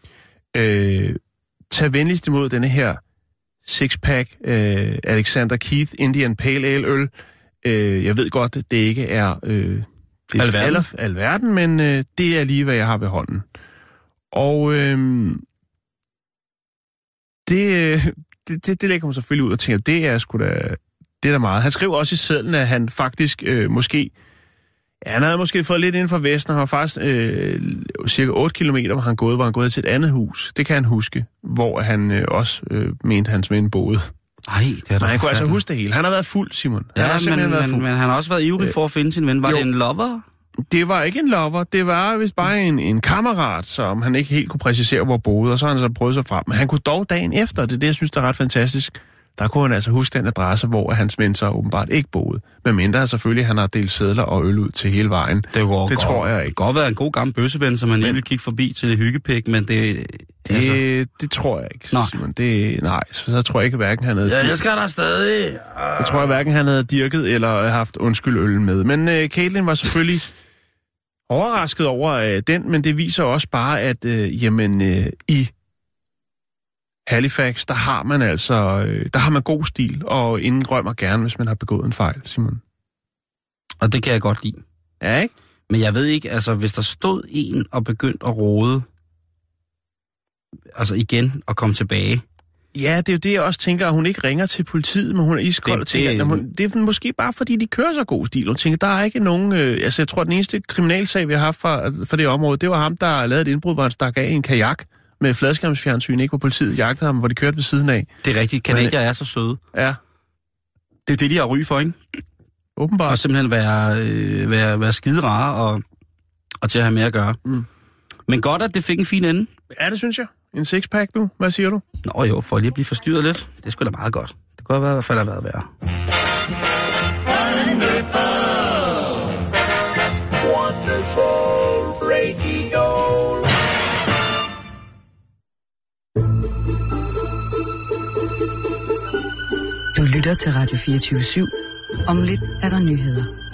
Øh, tag venligst imod denne her sixpack øh, Alexander Keith Indian Pale Ale øl. Øh, jeg ved godt, det ikke er øh, det er alverden. Al, alverden, men øh, det er lige, hvad jeg har ved hånden. Og øh, det, det, det, det lægger man selvfølgelig ud og tænker, det er sgu da, det er da meget. Han skriver også i sedlen, at han faktisk øh, måske, ja, han havde måske fået lidt inden for Vesten, og har faktisk øh, cirka otte kilometer, hvor han gået, hvor han gået til et andet hus. Det kan han huske, hvor han øh, også øh, mente, hans ven boede. Ej, det er da han kunne altså huske det hele. Han har været fuld, Simon. Han ja, har men, været men, men han har også været ivrig for at finde sin ven. Var jo. Det en lover? Det var ikke en lover. Det var vist bare en, en kammerat, som han ikke helt kunne præcisere, hvor boede, og så har han så prøvet sig frem. Men han kunne dog dagen efter, det er det, jeg synes, der er ret fantastisk. Der kunne han altså huske den adresse, hvor hans ven så åbenbart ikke boede. Men mindre selvfølgelig, han har delt sedler og øl ud til hele vejen. Det, det godt, tror jeg ikke. Det kan godt være en god gammel bøsseven, som man lige vil kigge forbi til det hyggepæk, men det... Det, altså... det tror jeg ikke, nej. Simon. Det, nej, så, så tror jeg ikke, hverken han havde... Ja, jeg skal der stadig. Uh... Så tror jeg hverken, han havde dirket eller haft undskyld øl med. Men uh, Caitlin var selvfølgelig overrasket over uh, den, men det viser også bare, at uh, jamen, uh, i Halifax, der har man altså, uh, der har man god stil, og indrømmer gerne, hvis man har begået en fejl, Simon. Og det kan jeg godt lide. Ja, ikke? Men jeg ved ikke, altså hvis der stod en og begyndte at rode, altså igen og komme tilbage. Ja, det er jo det, jeg også tænker, at hun ikke ringer til politiet, men hun er iskold og tænker, det, at hun, det er måske bare fordi, de kører så god stil. Hun tænker, der er ikke nogen... Øh, altså, jeg tror, at den eneste kriminalsag, vi har haft for, for det område, det var ham, der lavede et indbrud, hvor han stak af i en kajak med fladskærmsfjernsyn, ikke, hvor politiet jagtede ham, hvor de kørte ved siden af. Det er rigtigt. Canadier er så søde. Ja. Det er det, de har ry for, ikke? Åbenbart. Og simpelthen være, øh, være, være skide rare og, og til at have mere at gøre. Mm. Men godt, at det fik en fin ende. Ja, det synes jeg. En sixpack nu. Hvad siger du? Nå jo, for lige at blive forstyrret lidt. Det er sgu da meget godt. Det godt være, i hvert fald have været værre. Du lytter til Radio fireogtyve syv. Om lidt er der nyheder.